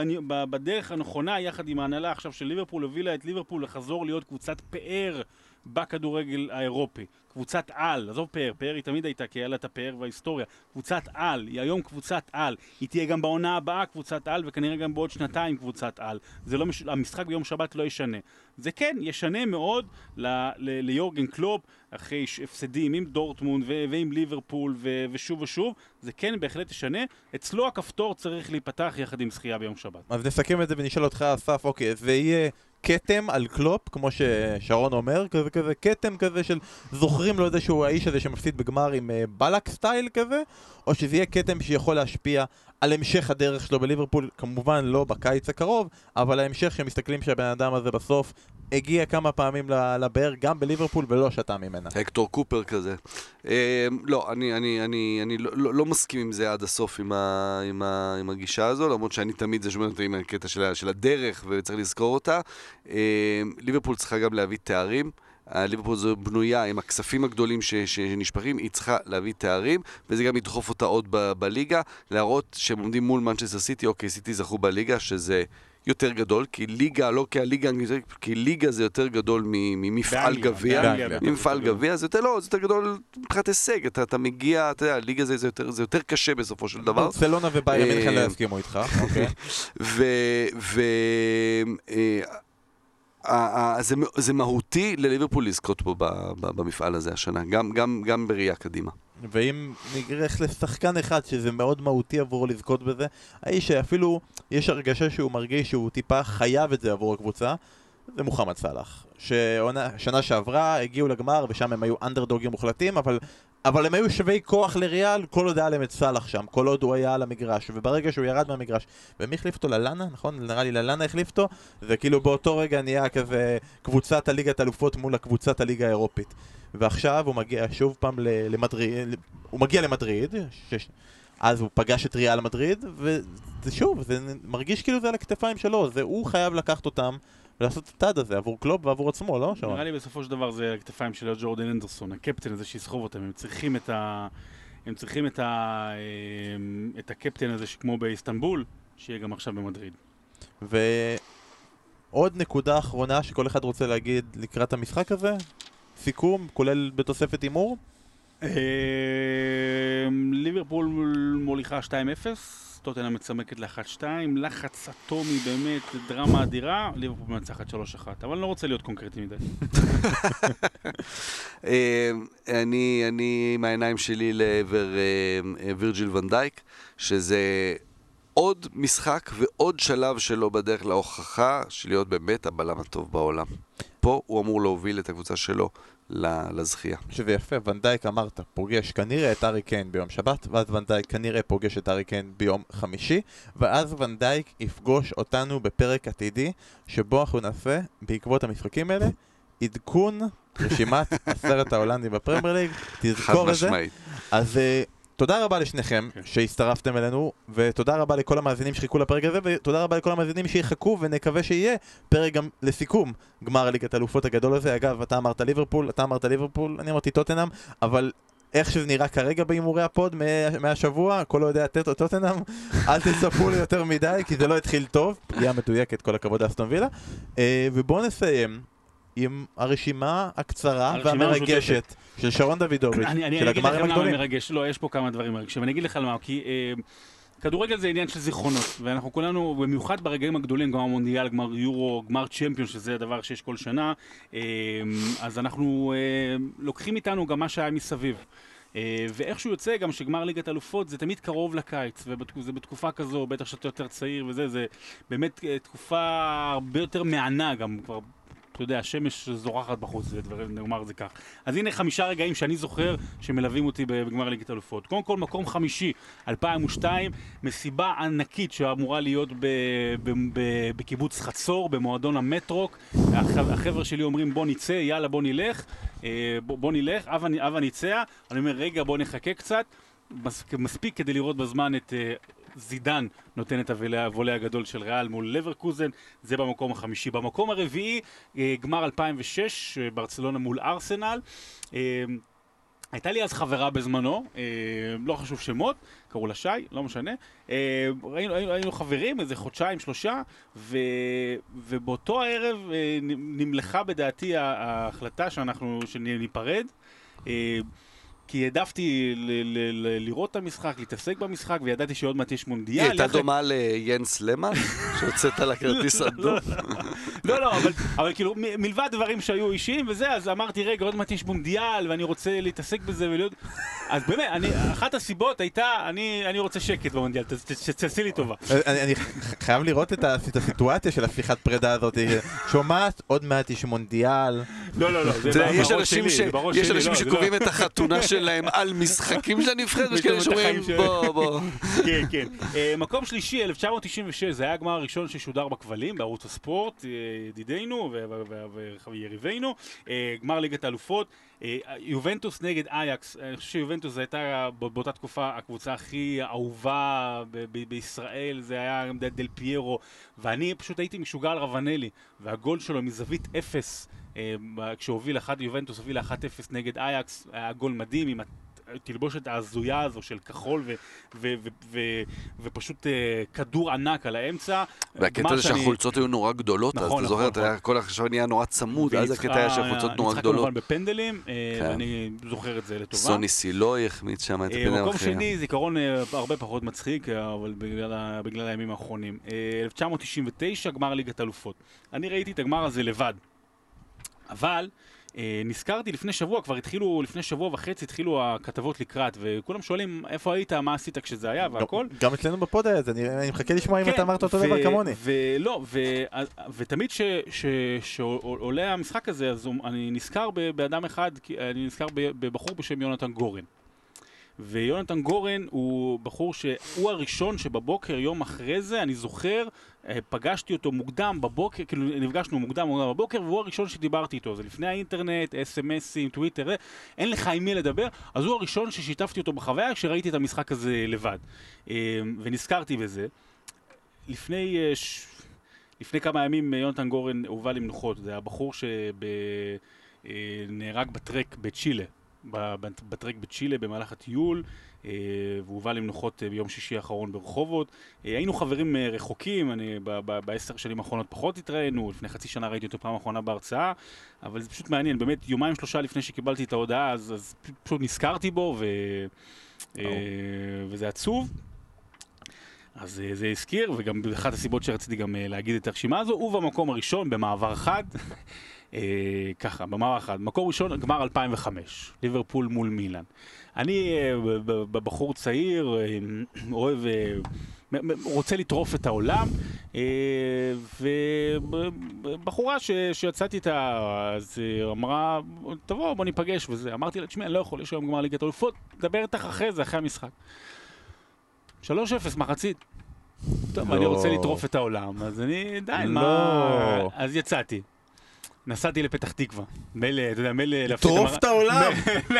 בדרך הנכונה, יחד עם ההנהלה עכשיו של ליברפול, הובילה את ליברפול לחזור להיות קבוצת פאר בכדורגל האירופי. קבוצת על, עזוב פאר, פאר היא תמיד הייתה, כי היה לה את הפאר וההיסטוריה. קבוצת על, היא היום קבוצת על. היא תהיה גם בעונה הבאה קבוצת על, וכנראה גם בעוד שנתיים קבוצת על. זה לא מש... המשחק ביום שבת לא ישנה. זה כן, ישנה מאוד ל... ל... ליורגן קלופ, אחרי הפסדים עם דורטמונד ו... ועם ליברפול ו... ושוב ושוב. זה כן בהחלט ישנה. אצלו הכפתור צריך להיפתח יחד עם זכייה ביום שבת. אז נסכם את זה ונשאל אותך, אסף, אוקיי, זה יהיה קטם על קלופ, כמו ששרון אומר, כזה כזה, קטם כזה של זוכרים לו איזשהו האיש הזה שמפסיד בגמר עם uh, בלק סטייל כזה, או שזה יהיה קטם שיכול להשפיע על המשך הדרך שלו בליברפול, כמובן לא בקיץ הקרוב, אבל ההמשך שמסתכלים שהבן אדם הזה בסוף הגיע כמה פעמים לבאר גם בליברפול ולא שתה ממנה. הקטור קופר כזה. אה, לא, אני, אני, אני, אני לא, לא, לא מסכים עם זה עד הסוף עם, ה, עם, ה, עם הגישה הזו, למרות שאני תמיד זה שומע אותי עם הקטע של, של הדרך וצריך לזכור אותה. אה, ליברפול צריכה גם להביא תארים. ליברפול זו בנויה עם הכספים הגדולים ש, שנשפכים, היא צריכה להביא תארים, וזה גם ידחוף אותה עוד ב, בליגה, להראות שהם עומדים מול מנצ'סטר סיטי, אוקיי, סיטי זכו בליגה, שזה יותר גדול, כי ליגה, לא כי הליגה, כי ליגה זה יותר גדול ממפעל גביע. ממפעל גביע זה יותר לא, זה יותר גדול מבחינת הישג. אתה, אתה מגיע, אתה יודע, הליגה זה, זה יותר, זה יותר קשה בסופו של דבר. ברצלונה וביירן מינכן לא יסכימו איתך, אוקיי. ו... ו... זה, זה מהותי לליברפול לזכות פה במפעל הזה השנה, גם, גם, גם בראייה קדימה. ואם נגרח לשחקן אחד שזה מאוד מהותי עבורו לזכות בזה, האיש שאפילו יש הרגשה שהוא מרגיש שהוא טיפה חייב את זה עבור הקבוצה, זה מוחמד סלאח. ששנה שעברה הגיעו לגמר ושם הם היו אנדרדוגים מוחלטים, אבל, אבל הם היו שווי כוח לריאל כל עוד היה להם את סלאח שם, כל עוד הוא היה על המגרש, וברגע שהוא ירד מהמגרש, ומי החליף אותו? ללאנה, נכון? נראה לי ללאנה החליף אותו, וכאילו באותו רגע נהיה כזה קבוצת הליגת אלופות מול הקבוצת הליגה האירופית. ועכשיו הוא מגיע שוב פעם למדריד, הוא מגיע למדריד, שש... אז הוא פגש את ריאל מדריד, ושוב, זה מרגיש כאילו זה על הכתפיים שלו, זה הוא חייב לקחת אותם ולעשות את הצעד הזה עבור קלופ ועבור עצמו, לא? נראה לי בסופו של דבר זה על הכתפיים של ג'ורדן אנדרסון, הקפטן הזה שיסחוב אותם, הם צריכים את ה... הם צריכים את ה... את הקפטן הזה שכמו באיסטנבול, שיהיה גם עכשיו במדריד. ועוד נקודה אחרונה שכל אחד רוצה להגיד לקראת המשחק הזה, סיכום, כולל בתוספת אימור? ליברפול מוליכה שתיים אפס, טוטנהאם מצמקת ל-אחת שתיים, לחץ אטומי באמת, דרמה אדירה, ליברפול מנצחת שלוש אחת, אבל אני לא רוצה להיות קונקרטי מדי. אני, אני עם העיניים שלי לעבר וירג'יל ון דייק, שזה עוד משחק ועוד שלב שלו בדרך להוכחה של להיות באמת הבלם הטוב בעולם. פה הוא אמור להוביל את הקבוצה שלו לזכייה. שזה יפה, ון דייק אמרת, פוגש כנראה את ארי קיין ביום שבת, ואז ון דייק כנראה פוגש את ארי קיין ביום חמישי, ואז ון דייק יפגוש אותנו בפרק עתידי, שבו אנחנו נעשה, בעקבות המשחקים האלה, עדכון רשימת הסרט ההולנדי בפרמייר ליג, תזכור את זה. אז תודה רבה לשניכם שהצטרפתם אלינו, ותודה רבה לכל המאזינים שחיכו לפרק הזה, ותודה רבה לכל המאזינים שיחכו, ונקווה שיהיה פרק גם לסיכום גמר ליגת האלופות הגדול הזה. אגב, אתה אמרת ליברפול, אתה אמרת ליברפול, אני אמרתי טוטנהאם, אבל איך שזה נראה כרגע בהימורי הפוד מהשבוע, כל עוד היה טוטנהאם, אל תצפו לי יותר מדי, כי זה לא התחיל טוב, פגיעה מדויקת, כל הכבוד לאסטון וילה. ובואו נסיים עם הרשימה הקצרה והמרגשת של שרון דוידוביץ', של הגמרים הגדולים. לא, יש פה כמה דברים מרגשים. אני אגיד לך למה, כי כדורגל זה עניין של זיכרונות, ואנחנו כולנו, במיוחד ברגעים הגדולים, גמר מונדיאל, גמר יורו, גמר צ'מפיון, שזה הדבר שיש כל שנה, אז אנחנו לוקחים איתנו גם מה שהיה מסביב. ואיכשהו יוצא גם שגמר ליגת אלופות זה תמיד קרוב לקיץ, וזה בתקופה כזו, בטח שאתה יותר צעיר וזה, זה באמת תקופה הרבה יותר מענה גם כבר. אתה יודע, השמש זורחת בחוץ, נאמר זה כך. אז הנה חמישה רגעים שאני זוכר שמלווים אותי בגמר ליגת האלופות. קודם כל, מקום חמישי, אלפיים ושתיים, מסיבה ענקית שאמורה להיות בקיבוץ חצור, במועדון המטרוק. החבר'ה שלי אומרים בוא נצא, יאללה בוא נלך, בוא נלך, אבא ניצא. אני אומר רגע בוא נחכה קצת, מספיק כדי לראות בזמן את זידן נותן את הוולה הגדול של ריאל מול לברקוזן, זה במקום החמישי. במקום הרביעי, גמר אלפיים ושש, ברצלונה מול ארסנל. הייתה לי אז חברה בזמנו, לא חשוב שמות, קראו לה שי, לא משנה. היינו, היינו, היינו חברים איזה חודשיים, שלושה, ו, ובאותו הערב נמלכה בדעתי ההחלטה שאנחנו, שניפרד. כי העדפתי לראות את המשחק, להתעסק במשחק, וידעתי שעוד מעט יש מונדיאל. היא הייתה דומה ליאנס למן, שהוצאת על הכרטיס אדום. לא, לא, אבל כאילו, מלבד דברים שהיו אישיים וזה, אז אמרתי, רגע, עוד מעט יש מונדיאל, ואני רוצה להתעסק בזה ולהיות... אז באמת, אחת הסיבות הייתה, אני רוצה שקט במונדיאל, תעשי לי טובה. אני חייב לראות את הסיטואציה של הפיכת פרידה הזאת, שומעת, עוד מעט יש מונדיאל. לא, לא, לא, זה בראש שלי, זה בראש שלי. יש אנשים שקובעים את החתונה שלהם על משחקים של הנבחרת, ויש כאלה שאומרים, בוא, בוא. כן, כן. מקום שלישי, אלף תשע מאות תשעים ושש, זה היה הגמר הראשון ששודר בכבלים, בערוץ הספורט, ידידינו ויריבינו. גמר ליגת האלופות, יובנטוס נגד אייקס. אני חושב שיובנטוס זו הייתה באותה תקופה הקבוצה הכי אהובה בישראל, זה היה גם דל פיירו, ואני פשוט הייתי משוגע על רבנלי, והגול שלו מזווית אפס, כשהוביל אחד, יובנטוס הוביל אחת אפס נגד אייקס, היה גול מדהים עם התלבושת ההזויה הזו של כחול ו- ו- ו- ו- ופשוט uh, כדור ענק על האמצע. והקטע הזה שהחולצות היו נורא גדולות, אז אתה זוכר, כל עכשיו נהיה נורא צמוד, אז הקטע היה שהחולצות נורא גדולות. ניצחה כמובן בפנדלים, ואני זוכר את זה לטובה. סוני סילוי החמיץ שם את הפנדל אחר. מקום שני, זיכרון הרבה פחות מצחיק, אבל בגלל הימים האחרונים. אלף תשע מאות תשעים ותשע, גמר ליגת אלופות. אני ראיתי את הגמר הזה לבד. אבל נזכרתי לפני שבוע, כבר התחילו, לפני שבוע וחצי התחילו הכתבות לקראת, וכולם שואלים איפה היית, מה עשית כשזה היה והכל. גם אצלנו בפוד היה זה, אני מחכה לשמוע אם אתה אמרת אותו דבר כמוני. ולא, ותמיד שעולה המשחק הזה, אז אני נזכר באדם אחד, אני נזכר בבחור בשם יונתן גורן. ויונתן גורן הוא בחור שהוא הראשון שבבוקר, יום אחרי זה, אני זוכר, פגשתי אותו מוקדם בבוקר, כאילו נפגשנו מוקדם מוקדם בבוקר, והוא הראשון שדיברתי איתו. זה לפני האינטרנט, אס אם אסים, טוויטר, אין לך עם מי לדבר, אז הוא הראשון ששיתפתי אותו בחוויה כשראיתי את המשחק הזה לבד. ונזכרתי בזה. לפני, לפני כמה ימים יונתן גורן הובא למנוחות. זה הבחור שנהרג בטרק בצ'ילה. בטרק בצ'ילה במהלך הטיול, והוא הובא למנוחות ביום שישי האחרון ברחובות. היינו חברים רחוקים, אני בעשר שנים האחרונות פחות התראינו, לפני חצי שנה ראיתי אותו פעם האחרונה בהרצאה, אבל זה פשוט מעניין, באמת יומיים שלושה לפני שקיבלתי את ההודעה, אז, אז פשוט נזכרתי בו, ו... oh. וזה עצוב. אז זה הזכיר, וגם באחת הסיבות שרציתי גם להגיד את הרשימה הזו, הוא במקום הראשון במעבר חד, אה, ככה, במעבר אחד. מקור ראשון, גמר אלפיים וחמש, ליברפול מול מילאן. אני אה, בחור צעיר, אה, אוהב, אה, רוצה לטרוף את העולם, אה, ובחורה ש, שיצאתי איתה, אז אמרה, תבוא, בוא ניפגש וזה. אמרתי לה, תשמע, אני לא יכול, יש היום גמר ליגת האלופות, דבר איתך אחרי זה, אחרי המשחק. שלוש אפס, מחצית. טוב, אני רוצה לטרוף את העולם, אז אני, די, מה... אז יצאתי. נסעתי לפתח תקווה. מילא, אתה יודע, מילא... לטרוף את העולם!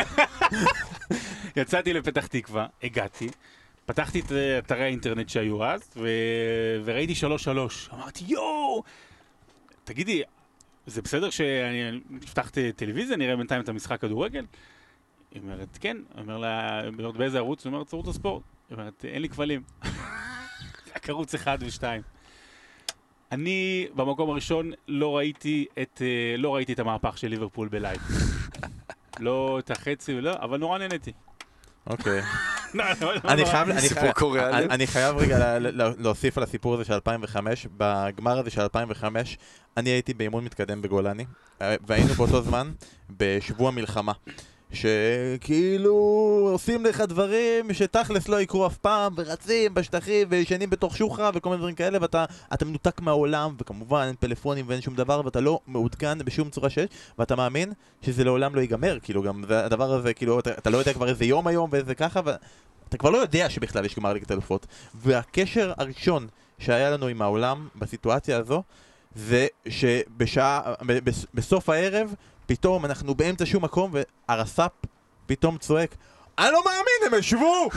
יצאתי לפתח תקווה, הגעתי, פתחתי את אתרי האינטרנט שהיו אז, וראיתי שלוש שלוש. אמרתי, יואו! תגידי, זה בסדר שאני אפתח טלוויזיה, נראה בינתיים את המשחק כדורגל? היא אומרת, כן. היא אומרת, באיזה ערוץ? היא אומרת, ערוץ הספורט. היא אומרת, אין לי כבלים. ערוץ אחד ושתיים. אני במקום הראשון לא ראיתי את, לא ראיתי את המהפך של ליברפול בלייב. לא את החצי ולא, אבל נורא נהניתי. אוקיי. אני חייב, אני חייב רגע להוסיף על הסיפור הזה של אלפיים וחמש. בגמר הזה של אלפיים וחמש אני הייתי באימון מתקדם בגולני, והיינו באותו זמן בשבוע מלחמה. שכאילו עושים לך דברים שתכלס לא יקרו אף פעם, ורצים בשטחים וישנים בתוך שוחה וכל מיני דברים כאלה, ואתה אתה מנותק מהעולם, וכמובן אין פלאפונים ואין שום דבר, ואתה לא מעודכן בשום צורה שיש, ואתה מאמין שזה לעולם לא ייגמר, כאילו גם הדבר הזה, כאילו אתה, אתה לא יודע כבר איזה יום היום ואיזה ככה, ואתה כבר לא יודע שבכלל יש גמר ליגת האלופות. והקשר הראשון שהיה לנו עם העולם בסיטואציה הזו, זה שבשעה, בסוף הערב, פתאום אנחנו באמצע שום מקום, והרס"פ פתאום צועק, אני לא מאמין, הם ישבו!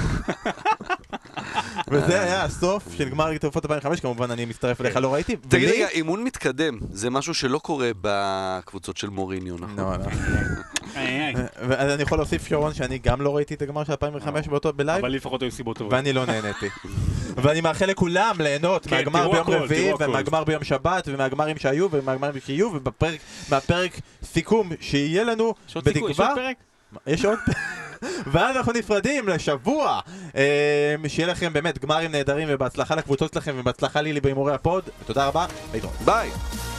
וזה היה הסוף של גמר ליגת האלופות אלפיים וחמש, כמובן אני מצטרף אליך, לא ראיתי. תגיד רגע, אימון מתקדם, זה משהו שלא קורה בקבוצות של מוריניו, נכון? לא, לא. אז אני יכול להוסיף שרון שאני גם לא ראיתי את הגמר של אלפיים וחמש באותו בלייב. אבל לפחות היו סיבות טובות. ואני לא נהניתי. ואני מאחל לכולם ליהנות מהגמר ביום רביעי, ומהגמר ביום שבת, ומהגמרים שהיו, ומהגמרים שיהיו, ומהפרק סיכום שיהיה לנו בתקווה. יש עוד פרק? ואז אנחנו נפרדים לשבוע. שיהיה לכם באמת גמרים נהדרים, ובהצלחה לקבוצות שלכם, ובהצלחה לי בהימורי הפוד. תודה רבה, להתראות. ביי.